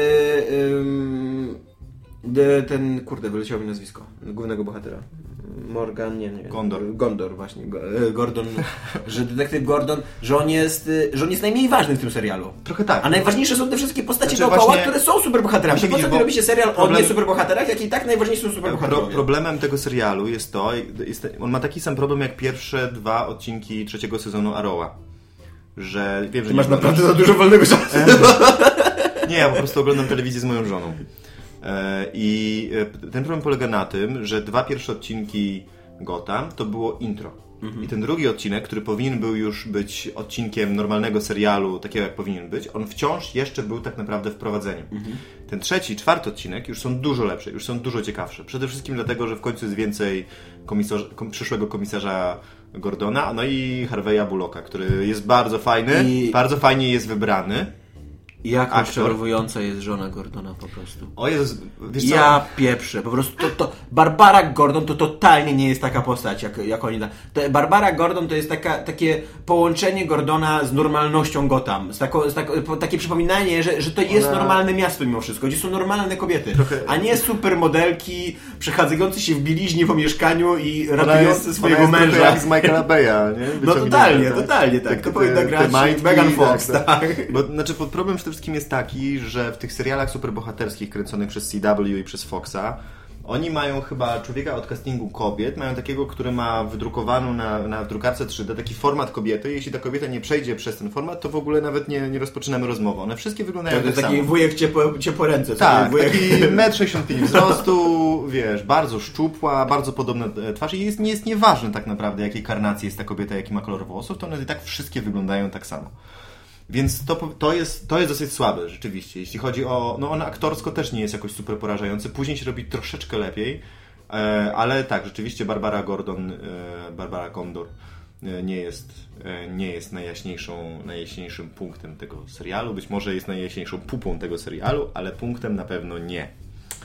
kurde, wyleciało mi nazwisko głównego bohatera. Morgan, nie. Gondor właśnie. Gordon, że detektyw Gordon, że on jest najmniej ważny w tym serialu. Trochę tak. A najważniejsze są te wszystkie postacie dookoła, które są superbohaterami. Po co robi się serial o nie superbohaterach, jak i tak najważniejsi są superbohaterowie? Problemem tego serialu jest to, on ma taki sam problem jak pierwsze 2 odcinki trzeciego sezonu Arrowa. Że wiem, że masz naprawdę za dużo wolnego czasu. Nie, ja po prostu oglądam telewizję z moją żoną. I ten problem polega na tym, że 2 pierwsze odcinki Gotham to było intro. I ten drugi odcinek, który powinien był już być odcinkiem normalnego serialu, takiego jak powinien być, on wciąż jeszcze był tak naprawdę wprowadzeniem. Ten trzeci i czwarty odcinek już są dużo lepsze, już są dużo ciekawsze. Przede wszystkim dlatego, że w końcu jest więcej przyszłego komisarza Gordona, no i Harveya Bullocka, który jest bardzo fajny, bardzo fajnie jest wybrany. Jak rozczarowująca jest żona Gordona po prostu. O Jezus, wiesz co? Ja pieprzę, po prostu to Barbara Gordon to totalnie nie jest taka postać, jak oni da. Barbara Gordon to jest takie połączenie Gordona z normalnością Gotham. Takie przypominanie, że to jest normalne miasto mimo wszystko, gdzie są normalne kobiety, a nie supermodelki przechadzające się w bieliźnie po mieszkaniu i ratujące swojego męża. Jak z Michaela Beya, nie? No totalnie tak. To powinna grać Megan Fox, tak. Bo, znaczy, problem przede wszystkim jest taki, że w tych serialach superbohaterskich kręconych przez CW i przez Foxa oni mają chyba człowieka od castingu kobiet, mają takiego, który ma wydrukowaną na drukarce 3D taki format kobiety. Jeśli ta kobieta nie przejdzie przez ten format, to w ogóle nawet nie rozpoczynamy rozmowy. One wszystkie wyglądają tak samo. To jest taki wujek ciepłe ręce. Tak, taki 1,65 m wzrostu, wiesz, bardzo szczupła, bardzo podobna twarz i jest nieważne tak naprawdę, jakiej karnacji jest ta kobieta, jaki ma kolor włosów, to one i tak wszystkie wyglądają tak samo. Więc to jest dosyć słabe rzeczywiście. Jeśli chodzi o... No on aktorsko też nie jest jakoś super porażający. Później się robi troszeczkę lepiej. Ale tak, rzeczywiście Barbara Gondor nie jest najjaśniejszym punktem tego serialu. Być może jest najjaśniejszą pupą tego serialu, ale punktem na pewno nie.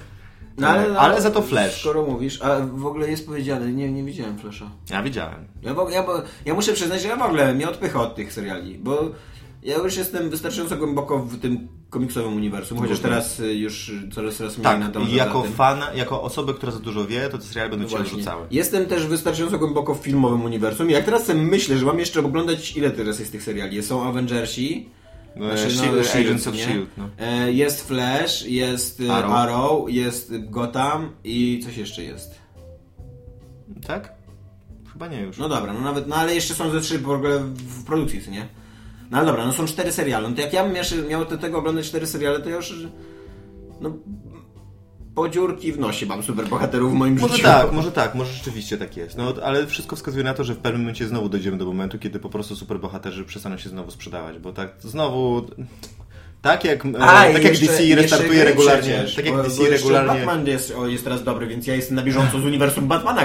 No, ale za to Flash. Skoro mówisz, a w ogóle jest powiedziane, nie widziałem Flasha. Ja widziałem. Ja muszę przyznać, że ja w ogóle mnie odpycha od tych seriali, bo ja już jestem wystarczająco głęboko w tym komiksowym uniwersum, chociaż teraz już coraz mniej na to. I jako fan, jako osoba, która za dużo wie, to te seriale będą cię odrzucały. Jestem też wystarczająco głęboko w filmowym uniwersum i jak teraz sobie myślę, że mam jeszcze oglądać, ile teraz jest tych seriali? Są Avengersi, Agents of S.H.I.E.L.D. No. Jest Flash, jest Arrow, jest Gotham i coś jeszcze jest. Tak? Chyba nie już. No dobra, ale jeszcze są ze 3 w ogóle w produkcji, co nie? No ale dobra, są 4 seriale. No to jak ja bym miał tego oglądać 4 seriale, to ja już po dziurki w nosie mam superbohaterów w moim życiu. Może rzeczywiście tak jest. No, ale wszystko wskazuje na to, że w pewnym momencie znowu dojdziemy do momentu, kiedy po prostu superbohaterzy przestaną się znowu sprzedawać, bo tak znowu... Tak jak DC restartuje regularnie. Tak jak DC regularnie. Batman jest teraz dobry, więc ja jestem na bieżąco z uniwersum Batmana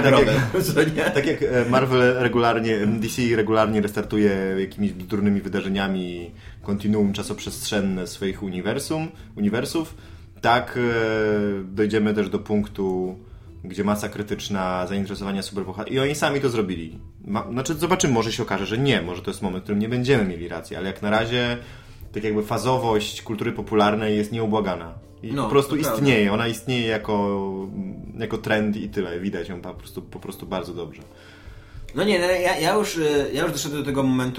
tak jak Marvel DC regularnie restartuje jakimiś bzdurnymi wydarzeniami kontinuum czasoprzestrzenne swoich uniwersów, tak dojdziemy też do punktu, gdzie masa krytyczna zainteresowania superbohaterami. I oni sami to zrobili. Znaczy zobaczymy, może się okaże, że nie. Może to jest moment, w którym nie będziemy mieli racji, ale jak na razie tak jakby fazowość kultury popularnej jest nieubłagana. I po prostu istnieje. Prawda. Ona istnieje jako trend i tyle. Widać ją po prostu bardzo dobrze. No nie, ja już doszedłem do tego momentu,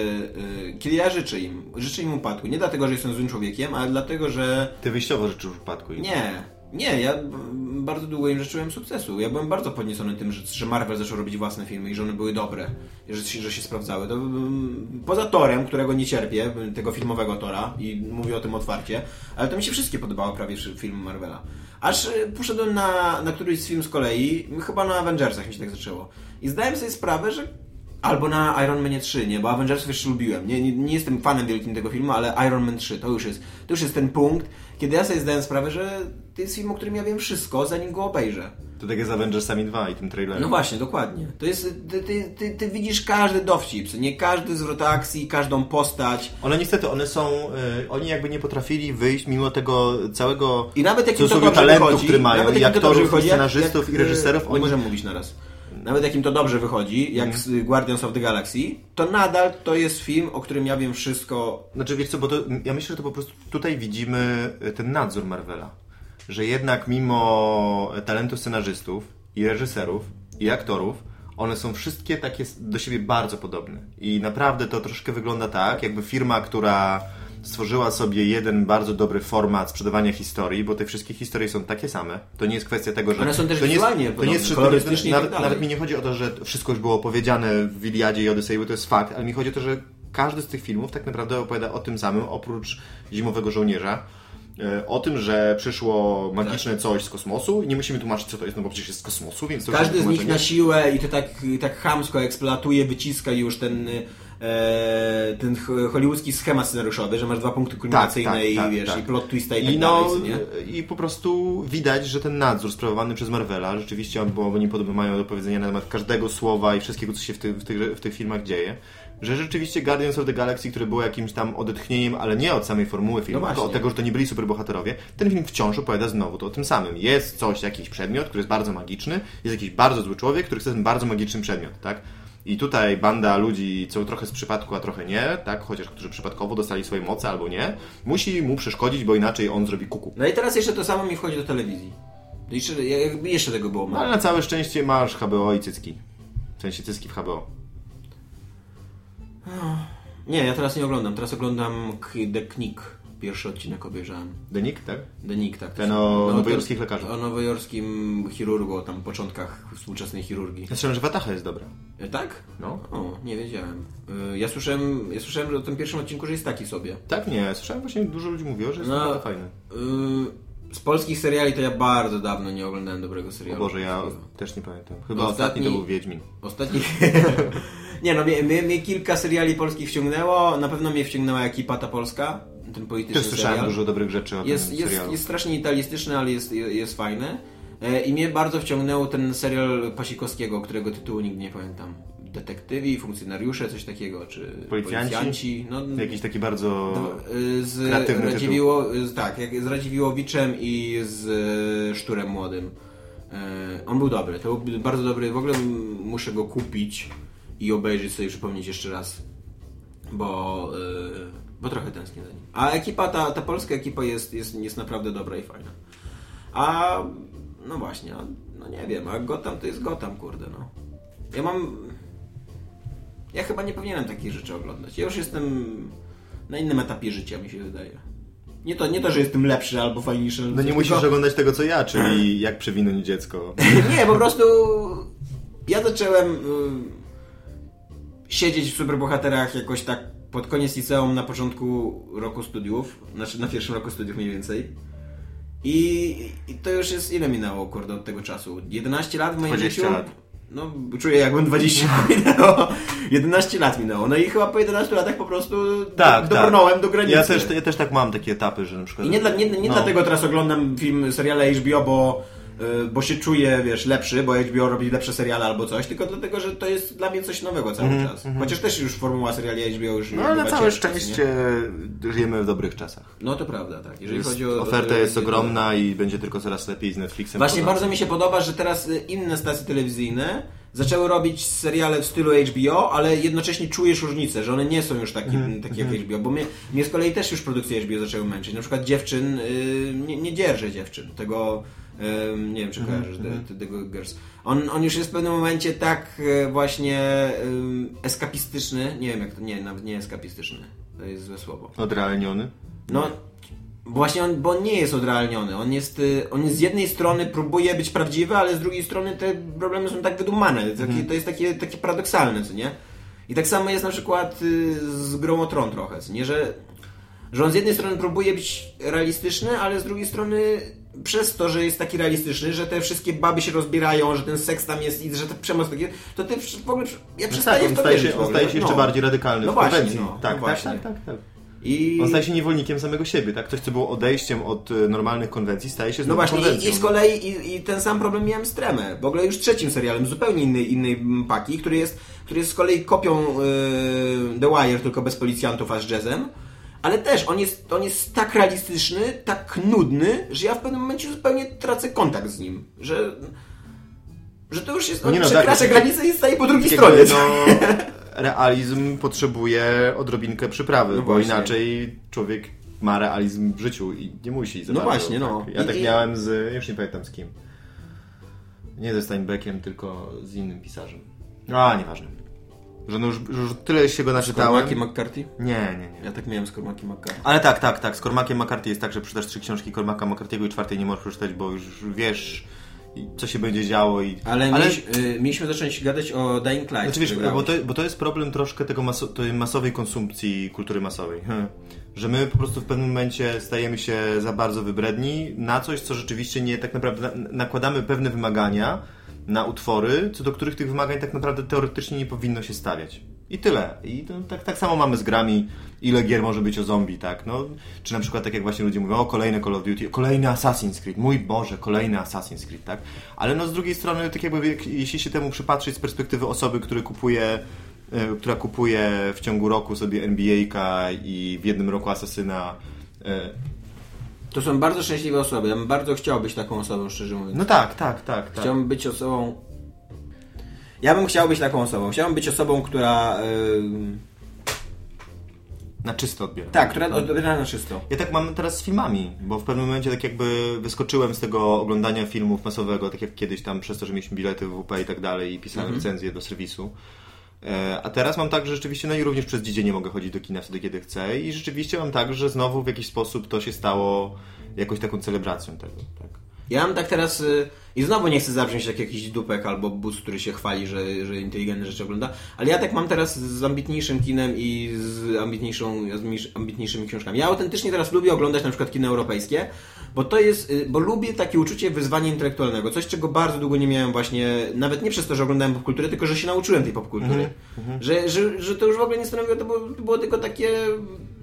kiedy ja życzę im upadku. Nie dlatego, że jestem złym człowiekiem, ale dlatego, że... Ty wyjściowo życzysz upadku. Nie, ja bardzo długo im życzyłem sukcesu. Ja byłem bardzo podniecony tym, że Marvel zaczął robić własne filmy i że one były dobre, że się sprawdzały. Poza Thorem, którego nie cierpię, tego filmowego Thora i mówię o tym otwarcie, ale to mi się wszystkie podobało prawie filmy Marvela. Aż poszedłem na któryś z film z kolei, chyba na Avengersach mi się tak zaczęło. I zdałem sobie sprawę, że albo na Iron Manie 3, nie? Bo Avengersów jeszcze lubiłem. Nie jestem fanem wielkim tego filmu, ale Iron Man 3 to już jest ten punkt, kiedy ja sobie zdałem sprawę, że to jest film, o którym ja wiem wszystko, zanim go obejrzę. To tak jest z Avengersami 2 i tym trailerem. No właśnie, dokładnie. To jest, ty widzisz każdy dowcip, nie każdy zwrot akcji, każdą postać. One są, oni jakby nie potrafili wyjść mimo tego całego i nawet jak im to talentu, wychodzi, który mają, i aktorów, i scenarzystów, i reżyserów. Nie możemy mówić naraz. Nawet jak im to dobrze wychodzi, jak z Guardians of the Galaxy, to nadal to jest film, o którym ja wiem wszystko. Znaczy wiesz co, bo ja myślę, że to po prostu tutaj widzimy ten nadzór Marvela. Że jednak mimo talentu scenarzystów i reżyserów i aktorów, one są wszystkie takie do siebie bardzo podobne. I naprawdę to troszkę wygląda tak, jakby firma, która stworzyła sobie jeden bardzo dobry format sprzedawania historii, bo te wszystkie historie są takie same. To nie jest kwestia tego, że... One są też wizualnie kolorystycznie. Nawet mi nie chodzi o to, że wszystko już było opowiedziane w Iliadzie i Odysei, bo to jest fakt, ale mi chodzi o to, że każdy z tych filmów tak naprawdę opowiada o tym samym, oprócz Zimowego Żołnierza. O tym, że przyszło magiczne coś z kosmosu i nie musimy tłumaczyć, co to jest, no bo przecież jest z kosmosu, więc to każdy z nich na siłę i to tak chamsko eksploatuje, wyciska już ten hollywoodzki schemat scenariuszowy, że masz 2 punkty kulminacyjne i plot twista i tak dalej. Nie? I po prostu widać, że ten nadzór sprawowany przez Marvela, rzeczywiście oni podobno mają do powiedzenia na temat każdego słowa i wszystkiego, co się w tych filmach dzieje, że rzeczywiście Guardians of the Galaxy, które było jakimś tam odetchnieniem, ale nie od samej formuły filmu, tylko od tego, że to nie byli superbohaterowie, ten film wciąż opowiada znowu to o tym samym. Jest jakiś przedmiot, który jest bardzo magiczny, jest jakiś bardzo zły człowiek, który chce ten bardzo magiczny przedmiot, tak? I tutaj banda ludzi, co trochę z przypadku, a trochę nie, tak? Chociaż którzy przypadkowo dostali swoje moce albo nie, musi mu przeszkodzić, bo inaczej on zrobi kuku. No i teraz jeszcze to samo mi wchodzi do telewizji. Jeszcze tego było mało. Ale na całe szczęście masz HBO i cycki. W sensie cycki w HBO. Nie, ja teraz nie oglądam. Teraz oglądam The Knick. Pierwszy odcinek obejrzałem. The Knick, tak? The Knick, tak. Ten o nowojorskich lekarzach. O nowojorskim chirurgu, o tam początkach współczesnej chirurgii. Ja słyszałem, że Wataha jest dobra. Tak? No. O, nie wiedziałem. Ja słyszałem, że o tym pierwszym odcinku, że jest taki sobie. Tak, nie. Słyszałem właśnie, dużo ludzi mówiło, że jest naprawdę fajny. Z polskich seriali to ja bardzo dawno nie oglądałem dobrego serialu. O Boże, ja też nie pamiętam. Chyba ostatni to był Wiedźmin. Ostatni... Nie no, mnie kilka seriali polskich wciągnęło. Na pewno mnie wciągnęła Ekipa ta polska. Ten polityczny też słyszałem dużo dobrych rzeczy o tym serialu. Jest strasznie italistyczny, ale jest fajny. I mnie bardzo wciągnął ten serial Pasikowskiego, którego tytułu nigdy nie pamiętam. detektywi, funkcjonariusze, coś takiego, czy policjanci. No, jakiś taki bardzo kreatywny tytuł. Z Radziwiłowiczem i z Szturem Młodym. On był dobry, to był bardzo dobry, w ogóle muszę go kupić i obejrzeć sobie, przypomnieć jeszcze raz, bo trochę tęsknię za nim. A ekipa, ta polska ekipa jest naprawdę dobra i fajna. A no właśnie, no nie wiem, a Gotham to jest Gotham, kurde, no. Ja chyba nie powinienem takich rzeczy oglądać. Ja już jestem na innym etapie życia, mi się wydaje. Nie to, że jestem lepszy albo fajniejszy. No nie musisz oglądać tego, co ja, czyli jak przewinąć dziecko. Nie, po prostu ja zacząłem siedzieć w superbohaterach jakoś tak pod koniec liceum, na początku roku studiów, znaczy na pierwszym roku studiów mniej więcej. I to już jest, ile minęło, kurde, od tego czasu? 11 lat w moim 20 życiu? lat. No, czuję jakbym 20 lat minęło. 11 lat minęło. No i chyba po 11 latach po prostu dobrnąłem do granicy. Ja też tak mam takie etapy, że na przykład... I nie dlatego teraz oglądam seriale HBO, bo się czuję, wiesz, lepszy, bo HBO robi lepsze seriale albo coś, tylko dlatego, że to jest dla mnie coś nowego cały czas. Chociaż też już formuła seriali HBO już... No ale na całe szczęście żyjemy w dobrych czasach. No to prawda, tak. Jeżeli chodzi oferta jest ogromna i będzie tylko coraz lepiej z Netflixem. Właśnie bardzo mi się podoba, że teraz inne stacje telewizyjne zaczęły robić seriale w stylu HBO, ale jednocześnie czujesz różnicę, że one nie są już takie jak HBO, bo mnie z kolei też już produkcje HBO zaczęły męczyć. Na przykład Dziewczyn, nie dzierżę Dziewczyn, tego... nie wiem, czy kojarzysz The Good Girls. On już jest w pewnym momencie tak właśnie eskapistyczny. Nie wiem jak to... Nie, nawet nie eskapistyczny. To jest złe słowo. Odrealniony? No, właśnie bo on nie jest odrealniony. On jest z jednej strony próbuje być prawdziwy, ale z drugiej strony te problemy są tak wydumane. To jest takie paradoksalne, co nie? I tak samo jest na przykład z Grą o Tron trochę, co nie? Że on z jednej strony próbuje być realistyczny, ale z drugiej strony przez to, że jest taki realistyczny, że te wszystkie baby się rozbierają, że ten seks tam jest i że ten przemoc taki, to ty w ogóle... Ja przestaję w to wierzyć. On staje się jeszcze bardziej radykalny w konwencji. Tak. I... On staje się niewolnikiem samego siebie, tak? Coś, co było odejściem od normalnych konwencji, staje się znowu konwencją. I z kolei i ten sam problem miałem z Tremę. W ogóle już trzecim serialem, zupełnie innej paki, który jest z kolei kopią The Wire, tylko bez policjantów, a z jazzem. Ale też on jest tak realistyczny, tak nudny, że ja w pewnym momencie zupełnie tracę kontakt z nim. Że to już jest... On przekracza granicę i staje po drugiej stronie. Realizm potrzebuje odrobinkę przyprawy, bo inaczej człowiek ma realizm w życiu i nie musi za bardzo. Właśnie, no. Ja tak miałem już nie pamiętam z kim. Nie ze Steinbeckiem, tylko z innym pisarzem. Nieważne. Że już tyle się go naczytałem. Z Cormaciem McCarthy? Nie. Ja tak miałem z Cormaciem McCarthy. Ale tak. Z Cormaciem McCarthy jest tak, że przeczytasz 3 książki Cormaca McCarthy'ego i 4 nie możesz przeczytać, bo już wiesz, co się będzie działo. Ale mieliśmy zacząć gadać o Dying Light. Znaczy, wiesz, bo to jest problem troszkę tej masowej konsumpcji kultury masowej. Że my po prostu w pewnym momencie stajemy się za bardzo wybredni na coś, co rzeczywiście nie tak naprawdę nakładamy pewne wymagania na utwory, co do których tych wymagań tak naprawdę teoretycznie nie powinno się stawiać. I tyle. I tak samo mamy z grami, ile gier może być o zombie, tak? No, czy na przykład tak jak właśnie ludzie mówią, kolejne Call of Duty, kolejny Assassin's Creed, mój Boże, kolejny Assassin's Creed, tak? Ale no z drugiej strony, tak jakby jeśli się temu przypatrzeć z perspektywy osoby, która kupuje w ciągu roku sobie NBA-ka i w jednym roku Asasyna. To są bardzo szczęśliwe osoby. Ja bym bardzo chciał być taką osobą, szczerze mówiąc. No tak. Chciałbym być osobą... Ja bym chciał być taką osobą. Chciałbym być osobą, która... Na czysto odbiera. Tak, która odbiera na czysto. Ja tak mam teraz z filmami, bo w pewnym momencie tak jakby wyskoczyłem z tego oglądania filmów masowego, tak jak kiedyś tam przez to, że mieliśmy bilety w WP i tak dalej i pisałem recenzje do serwisu. A teraz mam tak, że rzeczywiście, no i również przez dzień nie mogę chodzić do kina wtedy, kiedy chcę i rzeczywiście mam tak, że znowu w jakiś sposób to się stało jakąś taką celebracją tego, tak. Ja mam tak teraz i znowu nie chcę zabrzmieć jak jakiś dupek albo bus, który się chwali, że inteligentne rzeczy ogląda, ale ja tak mam teraz z ambitniejszym kinem i z ambitniejszymi książkami. Ja autentycznie teraz lubię oglądać na przykład kino europejskie, bo lubię takie uczucie wyzwania intelektualnego, coś czego bardzo długo nie miałem właśnie, nawet nie przez to, że oglądałem popkulturę, tylko że się nauczyłem tej popkultury. Że to już w ogóle nie stanowiło, to było tylko takie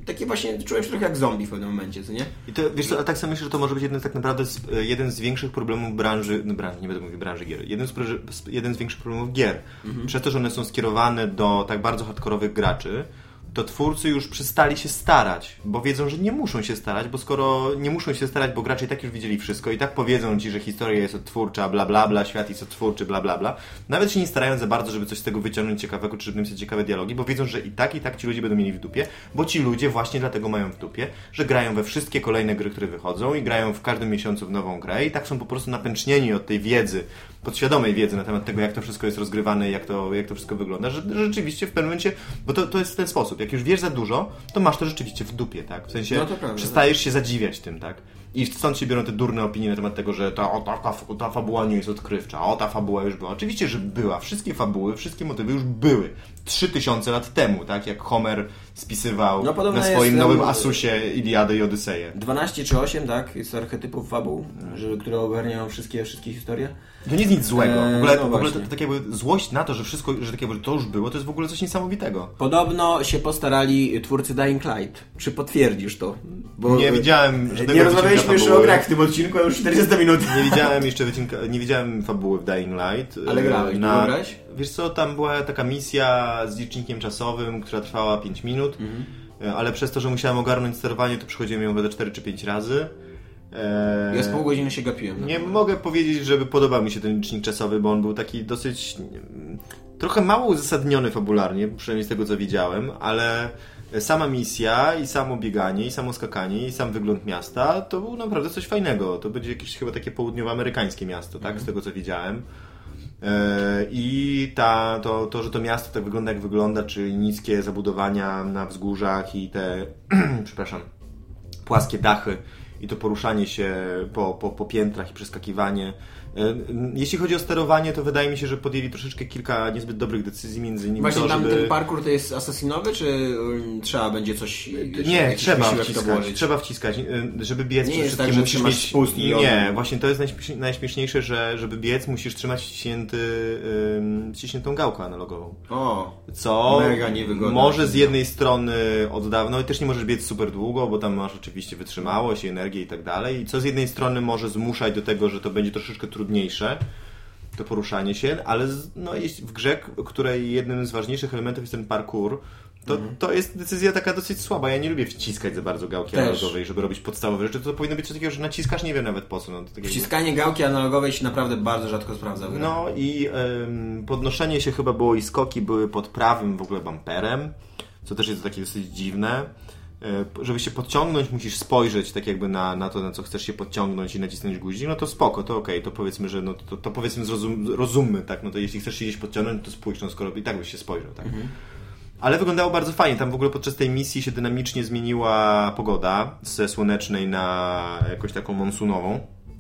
takie właśnie, czułem się trochę jak zombie w pewnym momencie, co nie? I to, wiesz co, ale tak sobie myślę, że to może być tak naprawdę jeden z większych problemów branży, nie będę mówił branży gier, jeden z większych problemów gier. Przez to, że one są skierowane do tak bardzo hardkorowych graczy, to twórcy już przestali się starać, bo wiedzą, że nie muszą się starać, bo skoro nie muszą się starać, bo gracze i tak już widzieli wszystko i tak powiedzą ci, że historia jest odtwórcza, bla bla bla, świat jest odtwórczy, bla bla bla, nawet się nie starają za bardzo, żeby coś z tego wyciągnąć ciekawego, czy żeby napisać ciekawe dialogi, bo wiedzą, że i tak ci ludzie będą mieli w dupie, bo ci ludzie właśnie dlatego mają w dupie, że grają we wszystkie kolejne gry, które wychodzą i grają w każdym miesiącu w nową grę i tak są po prostu napęcznieni od tej wiedzy, podświadomej wiedzy na temat tego, jak to wszystko jest rozgrywane, jak to wszystko wygląda, że rzeczywiście w pewnym momencie, bo to jest w ten sposób, jak już wiesz za dużo, to masz to rzeczywiście w dupie, tak? W sensie przestajesz się zadziwiać tym, tak? I stąd się biorą te durne opinie na temat tego, że ta fabuła nie jest odkrywcza, ta fabuła już była. Oczywiście, że była. Wszystkie fabuły, wszystkie motywy już były. 3000 lat temu, tak? Jak Homer spisywał na swoim nowym Asusie Iliadę i Odyseję. 12 czy 8, tak? Jest archetypów fabuł, które ogarniają wszystkie historie. To nie jest nic złego. W ogóle to tak jakby złość na to, że wszystko, że tak jakby to już było, to jest w ogóle coś niesamowitego. Podobno się postarali twórcy Dying Light. Czy potwierdzisz to? Bo nie widziałem żadnego nie rozmawialiśmy jeszcze o grach w tym odcinku, już 40 minut. Nie widziałem fabuły w Dying Light. Ale grałeś, grałeś? Wiesz co, tam była taka misja z licznikiem czasowym, która trwała 5 minut, ale przez to, że musiałem ogarnąć sterowanie, to przychodziłem ją chyba 4 czy 5 razy. Ja z pół godziny się gapiłem. Nie mogę powiedzieć, że podobał mi się ten licznik czasowy, bo on był taki dosyć trochę mało uzasadniony fabularnie, przynajmniej z tego co widziałem, ale sama misja i samo bieganie, i samo skakanie, i sam wygląd miasta to był naprawdę coś fajnego. To będzie jakieś chyba takie południowoamerykańskie miasto, tak? Z tego co widziałem. I to, że to miasto tak wygląda jak wygląda, czyli niskie zabudowania na wzgórzach i te przepraszam, płaskie dachy i to poruszanie się po piętrach i przeskakiwanie. Jeśli chodzi o sterowanie, to wydaje mi się, że podjęli troszeczkę kilka niezbyt dobrych decyzji, między innymi właśnie to, tam żeby... ten parkour to jest asasinowy, trzeba trzeba będzie coś... Nie, trzeba wciskać. Żeby biec, nie jest tak, że musisz mieć... spust i nie, właśnie to jest najśmieszniejsze, że żeby biec, musisz trzymać wciśniętą gałkę analogową. Co mega niewygodne. Może z jednej strony no i też nie możesz biec super długo, bo tam masz oczywiście wytrzymałość i energię i tak dalej. I co z jednej strony może zmuszać do tego, że to będzie troszeczkę trudniejsze, to poruszanie się, ale jest w grze, której jednym z ważniejszych elementów jest ten parkour, to jest decyzja taka dosyć słaba. Ja nie lubię wciskać za bardzo gałki analogowej, żeby robić podstawowe rzeczy. To powinno być coś takiego, że naciskasz, nie wiem nawet po co. Wciskanie gałki analogowej się naprawdę bardzo rzadko sprawdza. No i podnoszenie się chyba było i skoki były pod prawym w ogóle bumperem, co też jest takie dosyć dziwne. Żeby się podciągnąć, musisz spojrzeć tak jakby na to, na co chcesz się podciągnąć i nacisnąć guzik, no to spoko, to okej, to powiedzmy, że to powiedzmy rozummy, tak, no to jeśli chcesz się gdzieś podciągnąć, to spójrz, no skoro i tak byś się spojrzał, tak. Ale wyglądało bardzo fajnie, tam w ogóle podczas tej misji się dynamicznie zmieniła pogoda ze słonecznej na jakąś taką monsunową.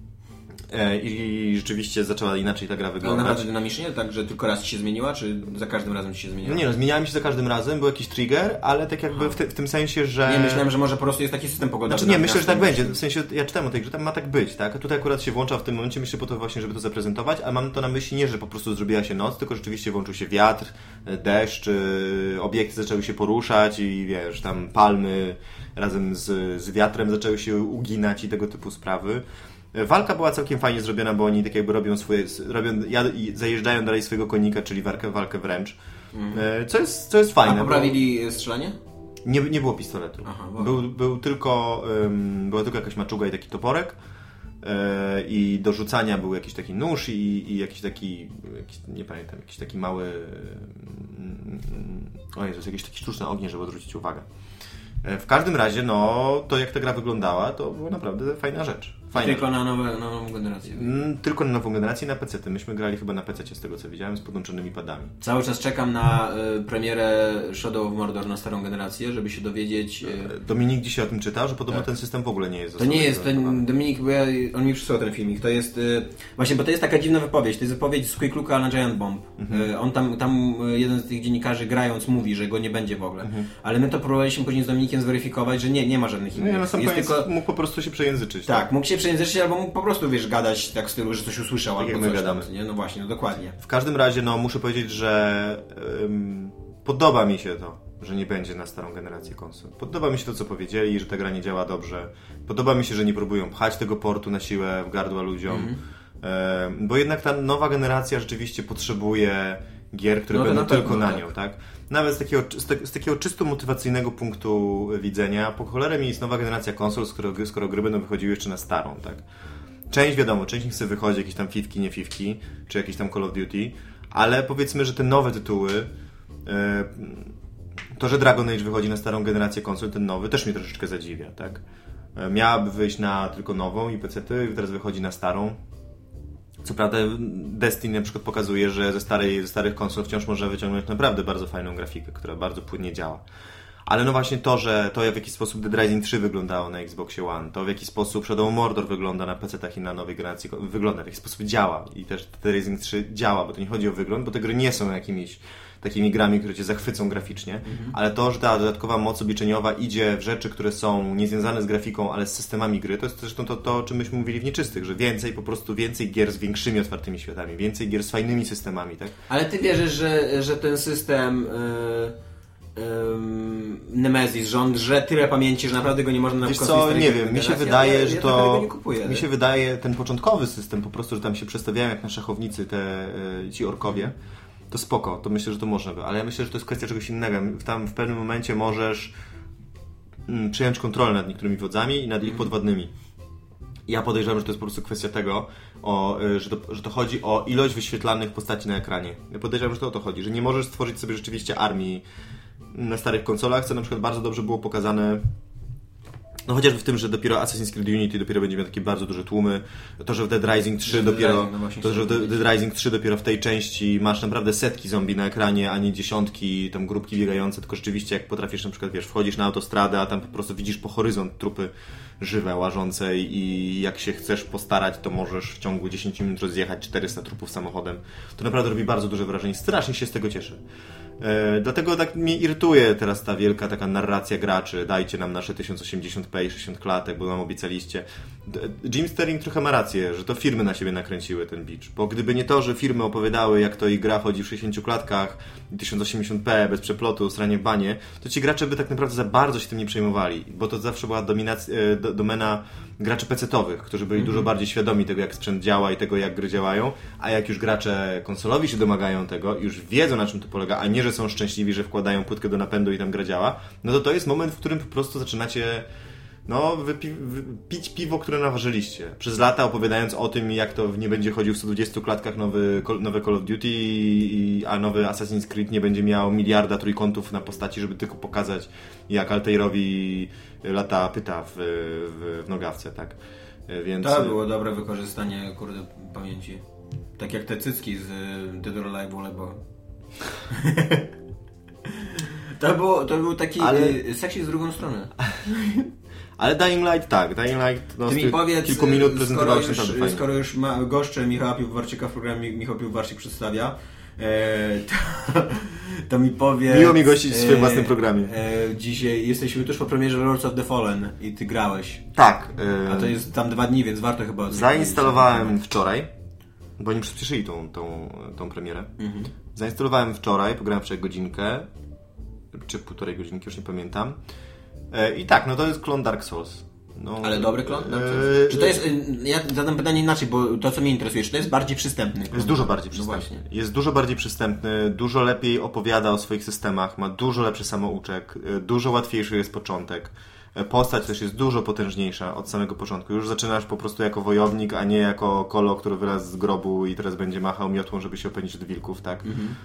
I rzeczywiście zaczęła inaczej ta gra wyglądać. Ale naprawdę dynamicznie? Tak, że tylko raz ci się zmieniła, czy za każdym razem ci się zmieniła? No nie, zmieniała mi się za każdym razem, był jakiś trigger, ale tak jakby w tym sensie, że... Nie, myślałem, że może po prostu jest taki system pogodowy. Znaczy nie, myślę, że tak będzie. W sensie, ja czytałem o tej grze, tam ma tak być, tak? A tutaj akurat się włącza w tym momencie, myślę po to właśnie, żeby to zaprezentować, ale mam to na myśli nie, że po prostu zrobiła się noc, tylko rzeczywiście włączył się wiatr, deszcz, obiekty zaczęły się poruszać i wiesz, tam palmy razem z wiatrem zaczęły się uginać i tego typu sprawy. Walka była całkiem fajnie zrobiona, bo oni tak jakby zajeżdżają dalej swojego konika, czyli walkę wręcz. Co jest fajne. A poprawili strzelanie? Nie było pistoletu. Aha, była tylko jakaś maczuga i taki toporek. I do rzucania był jakiś taki nóż i jakiś taki, nie pamiętam, jakiś taki mały... O Jezus, jakieś takie sztuczne ognie, żeby odwrócić uwagę. W każdym razie, to jak ta gra wyglądała, to była naprawdę fajna rzecz. Tylko na nową generację. Tylko na nową generację, na PC. Myśmy grali chyba na PC z tego co widziałem, z podłączonymi padami. Cały czas czekam na premierę Shadow of Mordor na starą generację, żeby się dowiedzieć... Dominik dzisiaj o tym czytał, że podobno ten system w ogóle nie jest. To nie jest, Dominik, bo on mi przysłał ten filmik, to jest... Właśnie, bo to jest taka dziwna wypowiedź, to jest wypowiedź z Quick Looka na Giant Bomb. On tam jeden z tych dziennikarzy grając mówi, że go nie będzie w ogóle. Ale my to próbowaliśmy później z Dominikiem zweryfikować, że nie ma żadnych innych. Na sam koniec mógł po prostu się przejęzyczyć. Tak, mógł się przejęzyczyć, albo mógł po prostu, gadać tak w stylu, że coś usłyszał, tak albo jak my coś gadamy. tam, nie? No właśnie, dokładnie. W każdym razie, muszę powiedzieć, że podoba mi się to. że nie będzie na starą generację konsol. Podoba mi się to, co powiedzieli, że ta gra nie działa dobrze. Podoba mi się, że nie próbują pchać tego portu na siłę w gardła ludziom. Bo jednak ta nowa generacja rzeczywiście potrzebuje gier, które będą tylko na nią, tak? Nawet z takiego czysto motywacyjnego punktu widzenia, po cholerę mi jest nowa generacja konsol, skoro gry będą wychodziły jeszcze na starą, tak? Część nie chce wychodzić, jakieś tam fifki, nie fifki, czy jakieś tam Call of Duty, ale powiedzmy, że te nowe tytuły, to, że Dragon Age wychodzi na starą generację konsol, ten nowy, też mnie troszeczkę zadziwia, tak? Miałaby wyjść na tylko nową i PC-ty, teraz wychodzi na starą. Co prawda Destiny na przykład pokazuje, że ze starych konsol wciąż można wyciągnąć naprawdę bardzo fajną grafikę, która bardzo płynnie działa. Ale no właśnie to, że to w jaki sposób Dead Rising 3 wyglądało na Xboxie One, to w jaki sposób Shadow of Mordor wygląda na PC-tach i na nowej generacji, wygląda, w jaki sposób działa. I też Dead Rising 3 działa, bo to nie chodzi o wygląd, bo te gry nie są jakimiś takimi grami, które cię zachwycą graficznie, ale to, że ta dodatkowa moc obliczeniowa idzie w rzeczy, które są niezwiązane z grafiką, ale z systemami gry, to jest zresztą to, o czym myśmy mówili w Nieczystych, że więcej gier z większymi otwartymi światami, więcej gier z fajnymi systemami, tak? Ale ty wierzysz, że ten system Nemesis, że on drze tyle pamięci, że naprawdę go nie można na przykład... nie wiem, mi się wydaje, że to... Mi się wydaje, ten początkowy system po prostu, że tam się przestawiają jak na szachownicy ci orkowie, to spoko, to myślę, że to można by, ale ja myślę, że to jest kwestia czegoś innego. Tam w pewnym momencie możesz przejąć kontrolę nad niektórymi wodzami i nad ich podwładnymi. Ja podejrzewam, że to jest po prostu kwestia tego, że to chodzi o ilość wyświetlanych postaci na ekranie. Ja podejrzewam, że to o to chodzi, że nie możesz stworzyć sobie rzeczywiście armii na starych konsolach, co na przykład bardzo dobrze było pokazane no chociażby w tym, że dopiero Assassin's Creed Unity dopiero będzie miał takie bardzo duże tłumy, to, że w Dead Rising 3 dopiero w tej części masz naprawdę setki zombie na ekranie, a nie dziesiątki, tam grupki biegające, tylko rzeczywiście jak potrafisz na przykład, wchodzisz na autostradę, a tam po prostu widzisz po horyzont trupy żywe, łażące i jak się chcesz postarać, to możesz w ciągu 10 minut rozjechać 400 trupów samochodem. To naprawdę robi bardzo duże wrażenie. Strasznie się z tego cieszę. Dlatego tak mnie irytuje teraz ta wielka taka narracja graczy, dajcie nam nasze 1080p i 60 klatek, bo nam obiecaliście. Jim Sterling trochę ma rację, że to firmy na siebie nakręciły ten bicz, bo gdyby nie to, że firmy opowiadały, jak to ich gra chodzi w 60 klatkach, 1080p, bez przeplotu, sranie w banie, to ci gracze by tak naprawdę za bardzo się tym nie przejmowali, bo to zawsze była domena graczy pecetowych, którzy byli dużo bardziej świadomi tego, jak sprzęt działa i tego, jak gry działają, a jak już gracze konsolowi się domagają tego, już wiedzą, na czym to polega, a nie, że są szczęśliwi, że wkładają płytkę do napędu i tam gra działa, no to jest moment, w którym po prostu zaczynacie pić piwo, które naważyliście. Przez lata opowiadając o tym, jak to nie będzie chodził w 120 klatkach nowy Call of Duty, a nowy Assassin's Creed nie będzie miał miliarda trójkątów na postaci, żeby tylko pokazać, jak Altairowi lata pyta w nogawce, tak? Więc... To było dobre wykorzystanie, pamięci. Tak jak te cycki z Dead or Alive, bo... To był taki seksy z drugą stronę. Ale Dying Light tak. Dying Light ty mi powiedz, kilku minut prezentował się naprawdę fajnie. Skoro już goszczę Michała Piłwarczyka w programie Michał Piłwarczyk przedstawia, to mi powiedz... Miło mi gościć w swoim własnym programie. Dzisiaj jesteśmy tuż po premierze Lords of the Fallen i ty grałeś. Tak. A to jest tam 2 dni, więc warto chyba... Zainstalowałem wczoraj, bo oni przyspieszyli tą premierę. Zainstalowałem wczoraj, pograłem wczoraj godzinkę, czy 1,5 godzinki, już nie pamiętam. I tak, to jest klon Dark Souls. Ale dobry klon? Czy to jest... Ja zadam pytanie inaczej, bo to, co mnie interesuje, czy to jest bardziej przystępny klon? Jest dużo bardziej przystępny. Jest dużo bardziej przystępny, dużo lepiej opowiada o swoich systemach, ma dużo lepszy samouczek, dużo łatwiejszy jest początek. Postać też jest dużo potężniejsza od samego początku. Już zaczynasz po prostu jako wojownik, a nie jako kolo, który wylazł z grobu i teraz będzie machał miotłą, żeby się opędzić od wilków, tak?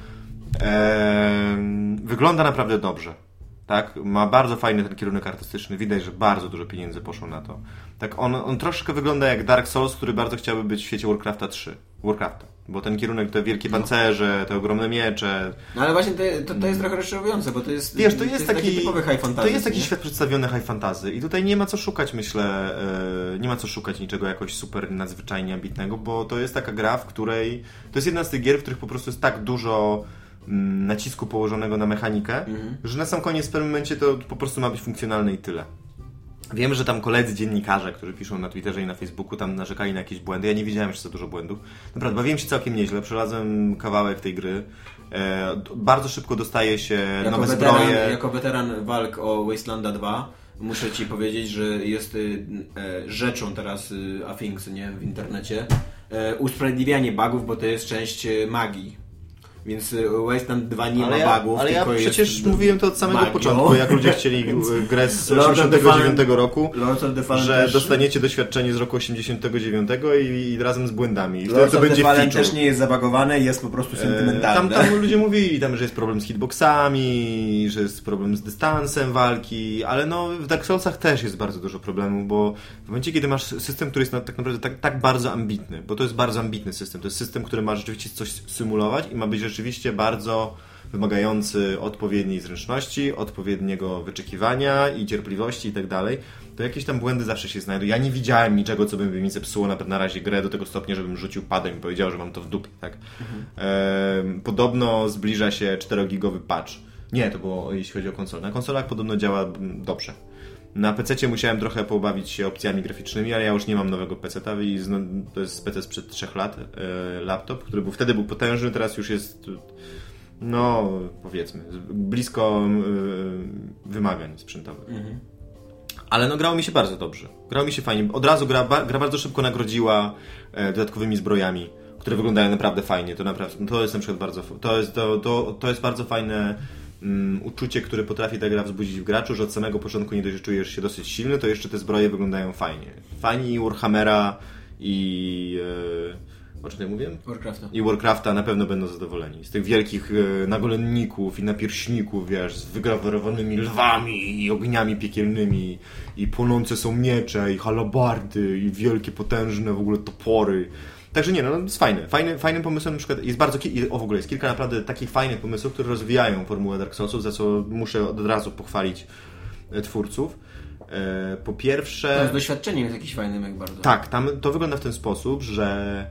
Wygląda naprawdę dobrze. Tak? Ma bardzo fajny ten kierunek artystyczny. Widać, że bardzo dużo pieniędzy poszło na to. Tak, on troszkę wygląda jak Dark Souls, który bardzo chciałby być w świecie Warcrafta 3. Bo ten kierunek, te wielkie pancerze, te ogromne miecze... No ale właśnie to jest trochę rozczarowujące, bo to jest... Wiesz, to jest taki typowy high fantasy. To jest taki świat przedstawiony high fantasy i tutaj nie ma co szukać, myślę, nie ma co szukać niczego jakoś super nadzwyczajnie ambitnego, bo to jest taka gra, w której... To jest jedna z tych gier, w których po prostu jest tak dużo nacisku położonego na mechanikę, że na sam koniec w pewnym momencie to po prostu ma być funkcjonalne i tyle. Wiem, że tam koledzy dziennikarze, którzy piszą na Twitterze i na Facebooku, tam narzekali na jakieś błędy. Ja nie widziałem jeszcze za dużo błędów. Naprawdę, bawiłem się całkiem nieźle. Przelazłem kawałek tej gry. Bardzo szybko dostaje się nowe zbroje. Jako weteran walk o Wastelanda 2 muszę Ci powiedzieć, że jest rzeczą teraz Afinx, nie, w internecie usprawiedliwianie bugów, bo to jest część magii. Więc Wasteland 2 nie ma bugów. Ale ja przecież jest mówiłem to od samego początku, jak ludzie chcieli grę z 89 roku, że dostaniecie doświadczenie z roku 89 i razem z błędami. I Lords of the Fallen też nie jest zabagowane, jest po prostu sentymentalne. Tam ludzie mówili, że jest problem z hitboxami, że jest problem z dystansem walki, ale no w Dark Soulsach też jest bardzo dużo problemów, bo w momencie, kiedy masz system, który jest tak naprawdę tak bardzo ambitny, bo to jest bardzo ambitny system, to jest system, który ma rzeczywiście coś symulować i ma być rzeczywiście bardzo wymagający odpowiedniej zręczności, odpowiedniego wyczekiwania i cierpliwości i tak dalej, to jakieś tam błędy zawsze się znajdą. Ja nie widziałem niczego, co by mi zepsuło na razie grę do tego stopnia, żebym rzucił padem i powiedział, że mam to w dupie. Tak? Podobno zbliża się 4-gigowy patch. Nie, to było jeśli chodzi o konsolę. Na konsolach podobno działa dobrze. Na PC-cie musiałem trochę pobawić się opcjami graficznymi, ale ja już nie mam nowego PC-ta i to jest PC sprzed 3 lat, laptop, który wtedy był potężny, teraz już jest, no powiedzmy, blisko wymagań sprzętowych. Ale no grało mi się bardzo dobrze. Grało mi się fajnie. Od razu gra bardzo szybko nagrodziła dodatkowymi zbrojami, które wyglądają naprawdę fajnie. To jest na przykład bardzo... To jest bardzo fajne uczucie, które potrafi ta gra wzbudzić w graczu, że od samego początku nie dość, że czujesz się dosyć silny, to jeszcze te zbroje wyglądają fajnie. Fani Warhammera i... o czym ja mówiłem? I Warcrafta na pewno będą zadowoleni. Z tych wielkich nagolenników i napierśników, wiesz, z wygrawerowanymi lwami i ogniami piekielnymi i płonące są miecze i halabardy i wielkie, potężne w ogóle topory. Także nie, no jest fajne. Fajnym pomysłem na przykład jest kilka naprawdę takich fajnych pomysłów, które rozwijają formułę Dark Soulsów, za co muszę od razu pochwalić twórców. Po pierwsze... To z doświadczeniem jest jakiś fajny myk bardzo. Tak, tam to wygląda w ten sposób, że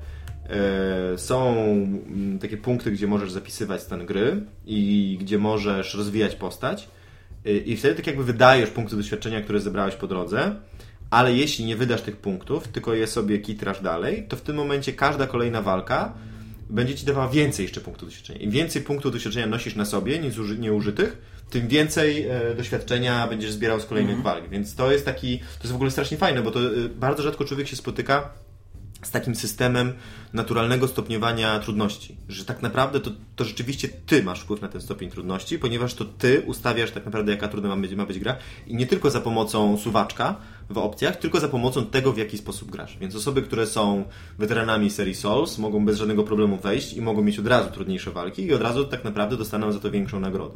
są takie punkty, gdzie możesz zapisywać stan gry i gdzie możesz rozwijać postać i wtedy tak jakby wydajesz punkty doświadczenia, które zebrałeś po drodze, ale jeśli nie wydasz tych punktów, tylko je sobie kitrasz dalej, to w tym momencie każda kolejna walka będzie ci dawała więcej jeszcze punktów doświadczenia. Im więcej punktów doświadczenia nosisz na sobie, nieużytych, tym więcej doświadczenia będziesz zbierał z kolejnych walk. Więc to jest w ogóle strasznie fajne, bo to bardzo rzadko człowiek się spotyka z takim systemem naturalnego stopniowania trudności. Że tak naprawdę to rzeczywiście ty masz wpływ na ten stopień trudności, ponieważ to ty ustawiasz tak naprawdę, jaka trudna ma być gra i nie tylko za pomocą suwaczka w opcjach, tylko za pomocą tego, w jaki sposób grasz. Więc osoby, które są weteranami serii Souls, mogą bez żadnego problemu wejść i mogą mieć od razu trudniejsze walki i od razu tak naprawdę dostaną za to większą nagrodę.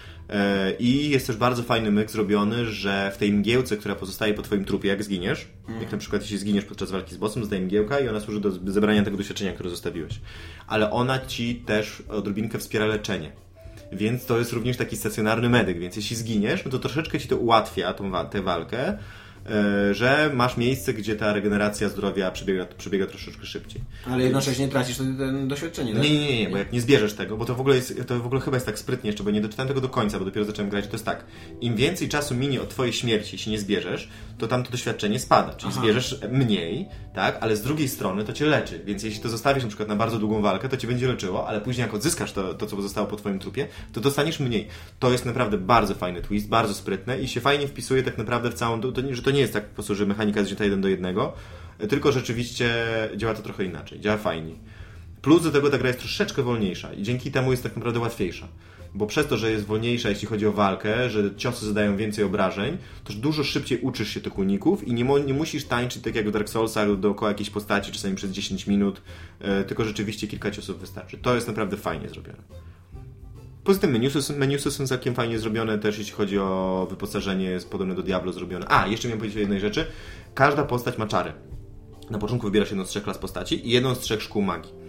I jest też bardzo fajny myk zrobiony, że w tej mgiełce, która pozostaje po twoim trupie, jak zginiesz, jak na przykład jeśli zginiesz podczas walki z bossem, zostaje mgiełka i ona służy do zebrania tego doświadczenia, które zostawiłeś. Ale ona ci też odrobinkę wspiera leczenie. Więc to jest również taki stacjonarny medyk, więc jeśli zginiesz, no to troszeczkę ci to ułatwia tę walkę, że masz miejsce, gdzie ta regeneracja zdrowia przebiega troszeczkę szybciej. Ale jednocześnie tracisz wtedy doświadczenie, tak? Nie, bo jak nie zbierzesz tego, bo to w ogóle chyba jest tak sprytnie jeszcze, bo nie doczytałem tego do końca, bo dopiero zacząłem grać, to jest tak, im więcej czasu minie od twojej śmierci, jeśli nie zbierzesz, to tam to doświadczenie spada, czyli zbierzesz mniej, tak, ale z drugiej strony to cię leczy, więc jeśli to zostawisz na przykład na bardzo długą walkę, to cię będzie leczyło, ale później jak odzyskasz to co zostało po twoim trupie, to dostaniesz mniej. To jest naprawdę bardzo fajny twist, bardzo sprytne i się fajnie wpisuje tak naprawdę w całą, że to nie jest tak po prostu, że mechanika jest wzięta 1:1, tylko rzeczywiście działa to trochę inaczej, działa fajniej. Plus do tego ta gra jest troszeczkę wolniejsza i dzięki temu jest tak naprawdę łatwiejsza. Bo przez to, że jest wolniejsza, jeśli chodzi o walkę, że ciosy zadają więcej obrażeń, to dużo szybciej uczysz się tych uników i nie musisz tańczyć tak jak w Dark Soulsach dookoła jakiejś postaci, czasami przez 10 minut, tylko rzeczywiście kilka ciosów wystarczy. To jest naprawdę fajnie zrobione. Poza tym menusy są całkiem fajnie zrobione, też jeśli chodzi o wyposażenie, jest podobne do Diablo zrobione. Jeszcze miałem powiedzieć o jednej rzeczy. Każda postać ma czary. Na początku wybierasz jedną z 3 klas postaci i jedną z 3 szkół magii.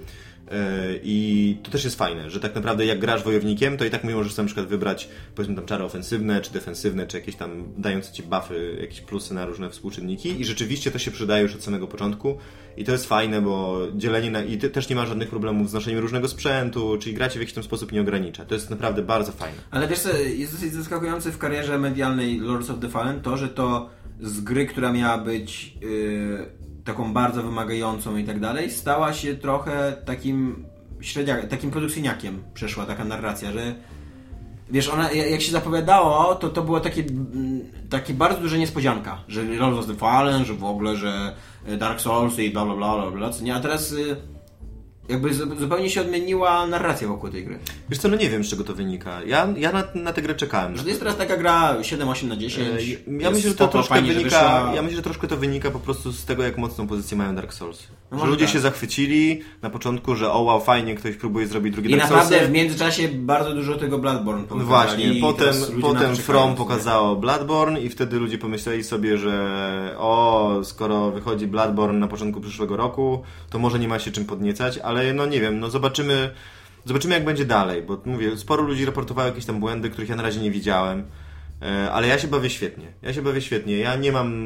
I to też jest fajne, że tak naprawdę jak grasz wojownikiem, to i tak możesz na przykład wybrać, powiedzmy tam czary ofensywne, czy defensywne, czy jakieś tam dające ci buffy, jakieś plusy na różne współczynniki i rzeczywiście to się przydaje już od samego początku i to jest fajne, bo dzielenie i też nie ma żadnych problemów z noszeniem różnego sprzętu, czyli gracie w jakiś tam sposób nie ogranicza. To jest naprawdę bardzo fajne. Ale wiesz co, jest dosyć zaskakujące w karierze medialnej Lords of the Fallen to, że to z gry, która miała być taką bardzo wymagającą i tak dalej, stała się trochę takim takim produkcyjniakiem przeszła taka narracja, że wiesz, ona jak się zapowiadało, to było takie bardzo duże niespodzianka, że Lords of the Fallen, że w ogóle, że Dark Souls i bla bla bla bla, co nie, a teraz jakby zupełnie się odmieniła narracja wokół tej gry. Wiesz co, no nie wiem z czego to wynika. Ja na tę grę czekałem. Że to jest teraz taka gra 7/8/10. Ja myślę, że to troszkę ja myślę, że troszkę to wynika po prostu z tego, jak mocną pozycję mają Dark Souls. No że ludzie się zachwycili na początku, że o wow, fajnie, ktoś próbuje zrobić drugi Dark Souls. I naprawdę w międzyczasie bardzo dużo tego Bloodborne pokazali. No właśnie, potem From pokazało Bloodborne i wtedy ludzie pomyśleli sobie, że skoro wychodzi Bloodborne na początku przyszłego roku, to może nie ma się czym podniecać, ale no nie wiem, no zobaczymy jak będzie dalej, bo mówię, sporo ludzi raportowało jakieś tam błędy, których ja na razie nie widziałem, ale ja się bawię świetnie. Ja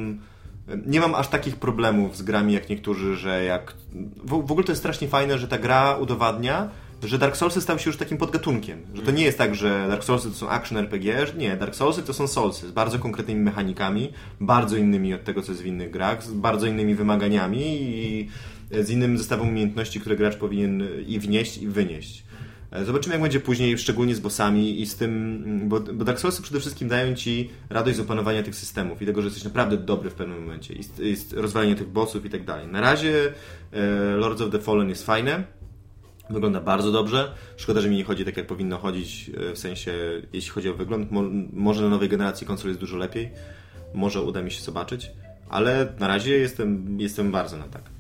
nie mam aż takich problemów z grami jak niektórzy, że jak... W ogóle to jest strasznie fajne, że ta gra udowadnia, że Dark Soulsy stały się już takim podgatunkiem. Że to nie jest tak, że Dark Soulsy to są action RPG, nie, Dark Soulsy to są Soulsy z bardzo konkretnymi mechanikami, bardzo innymi od tego, co jest w innych grach, z bardzo innymi wymaganiami i z innym zestawem umiejętności, które gracz powinien i wnieść, i wynieść. Zobaczymy, jak będzie później, szczególnie z bossami i z tym, bo Dark Soulsy przede wszystkim dają ci radość z opanowania tych systemów i tego, że jesteś naprawdę dobry w pewnym momencie i rozwalenie tych bossów i tak dalej. Na razie Lords of the Fallen jest fajne, wygląda bardzo dobrze. Szkoda, że mi nie chodzi tak, jak powinno chodzić, w sensie, jeśli chodzi o wygląd. Może na nowej generacji konsol jest dużo lepiej, może uda mi się zobaczyć, ale na razie jestem bardzo na tak.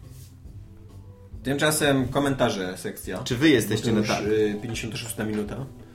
Tymczasem komentarze, sekcja. Czy wy jesteście na tak? 56 minuta.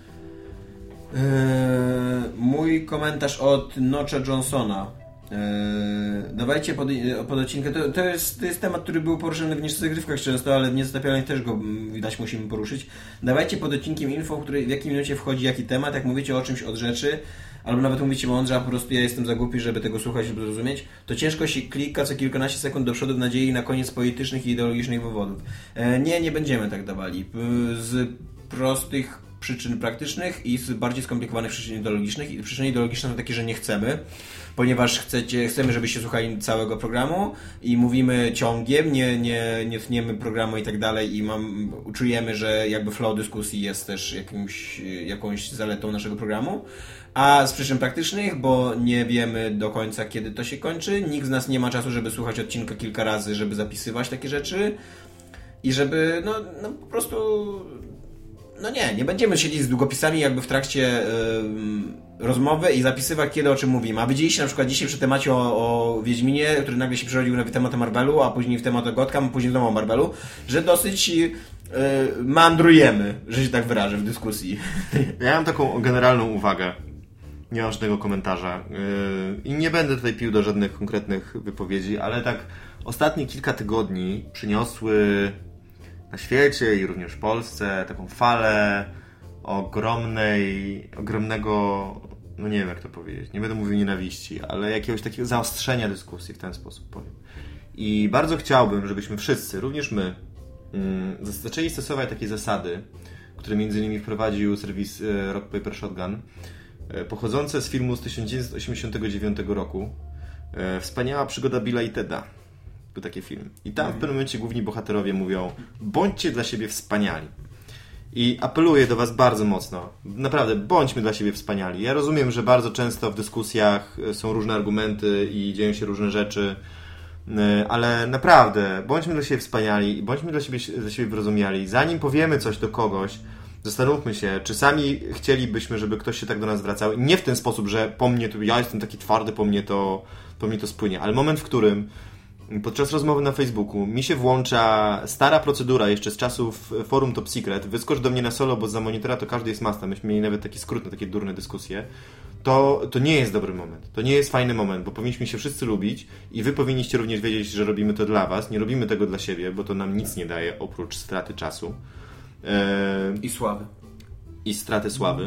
Mój komentarz od Notcha Johnsona. Dawajcie pod odcinkę. To jest temat, który był poruszany w zagrywkach często, ale w niezatapialnych też go widać musimy poruszyć. Dawajcie pod odcinkiem info, w jakiej minucie wchodzi jaki temat, jak mówicie o czymś od rzeczy, albo nawet mówicie mądrze, a po prostu ja jestem za głupi, żeby tego słuchać, żeby zrozumieć, to ciężko się klika co kilkanaście sekund do przodu w nadziei na koniec politycznych i ideologicznych wywodów. Nie będziemy tak dawali. Z prostych przyczyn praktycznych i z bardziej skomplikowanych przyczyn ideologicznych. I przyczyny ideologiczne są takie, że nie chcemy, ponieważ chcemy, żebyście słuchali całego programu i mówimy ciągiem, nie tniemy programu i tak dalej i czujemy, że jakby flow dyskusji jest też jakąś zaletą naszego programu. A z przyczyn praktycznych, bo nie wiemy do końca, kiedy to się kończy, nikt z nas nie ma czasu, żeby słuchać odcinka kilka razy, żeby zapisywać takie rzeczy i żeby, po prostu... nie będziemy siedzieć z długopisami jakby w trakcie rozmowy i zapisywać, kiedy o czym mówimy. A widzieliście na przykład dzisiaj przy temacie o Wiedźminie, który nagle się przerodził na temat o Marvelu, a później w temat o Gotham, a później znowu o Marvelu, że dosyć meandrujemy, że się tak wyrażę, w dyskusji. Ja mam taką generalną uwagę. Nie mam żadnego komentarza. I nie będę tutaj pił do żadnych konkretnych wypowiedzi, ale tak ostatnie kilka tygodni przyniosły na świecie i również w Polsce taką falę ogromnego, nie wiem jak to powiedzieć, nie będę mówił nienawiści, ale jakiegoś takiego zaostrzenia dyskusji, w ten sposób powiem. I bardzo chciałbym, żebyśmy wszyscy, również my, zaczęli stosować takie zasady, które między innymi wprowadził serwis Rock Paper Shotgun, pochodzące z filmu z 1989 roku. Wspaniała przygoda Billa i Teda. Był taki film. I tam w pewnym momencie główni bohaterowie mówią: bądźcie dla siebie wspaniali. I apeluję do was bardzo mocno. Naprawdę, bądźmy dla siebie wspaniali. Ja rozumiem, że bardzo często w dyskusjach są różne argumenty i dzieją się różne rzeczy, ale naprawdę, bądźmy dla siebie wspaniali i bądźmy dla siebie wyrozumiali. Zanim powiemy coś do kogoś, zastanówmy się, czy sami chcielibyśmy, żeby ktoś się tak do nas zwracał. I nie w ten sposób, że po mnie to ja jestem taki twardy, po mnie to spłynie. Ale moment, w którym podczas rozmowy na Facebooku mi się włącza stara procedura jeszcze z czasów forum Top Secret, wyskocz do mnie na solo, bo za monitora to każdy jest masta. Myśmy mieli nawet taki skrót na takie durne dyskusje. to nie jest dobry moment. To nie jest fajny moment, bo powinniśmy się wszyscy lubić i wy powinniście również wiedzieć, że robimy to dla was. Nie robimy tego dla siebie, bo to nam nic nie daje oprócz straty czasu. I sławy. I straty sławy.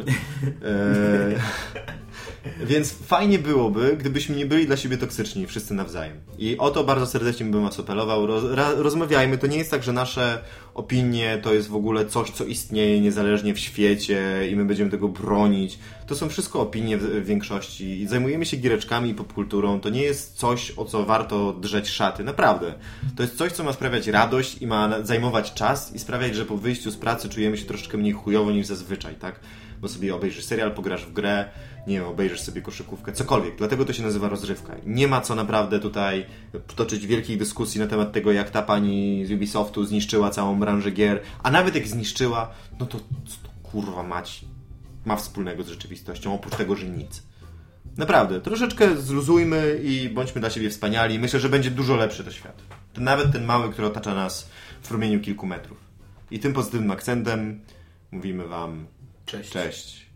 Więc fajnie byłoby, gdybyśmy nie byli dla siebie toksyczni wszyscy nawzajem. I o to bardzo serdecznie bym was apelował. Rozmawiajmy. To nie jest tak, że nasze opinie to jest w ogóle coś, co istnieje niezależnie w świecie i my będziemy tego bronić. To są wszystko opinie w większości. I zajmujemy się giereczkami i popkulturą. To nie jest coś, o co warto drzeć szaty. Naprawdę. To jest coś, co ma sprawiać radość i ma zajmować czas i sprawiać, że po wyjściu z pracy czujemy się troszeczkę mniej chujowo niż zazwyczaj, tak? Bo sobie obejrzysz serial, pograsz w grę, nie wiem, obejrzysz sobie koszykówkę, cokolwiek. Dlatego to się nazywa rozrywka. Nie ma co naprawdę tutaj toczyć wielkich dyskusji na temat tego, jak ta pani z Ubisoftu zniszczyła całą branżę gier. A nawet jak zniszczyła, no to co to kurwa ma wspólnego z rzeczywistością, oprócz tego, że nic. Naprawdę, troszeczkę zluzujmy i bądźmy dla siebie wspaniali. Myślę, że będzie dużo lepszy to świat. Nawet ten mały, który otacza nas w promieniu kilku metrów. I tym pozytywnym akcentem mówimy wam Cześć. Cześć.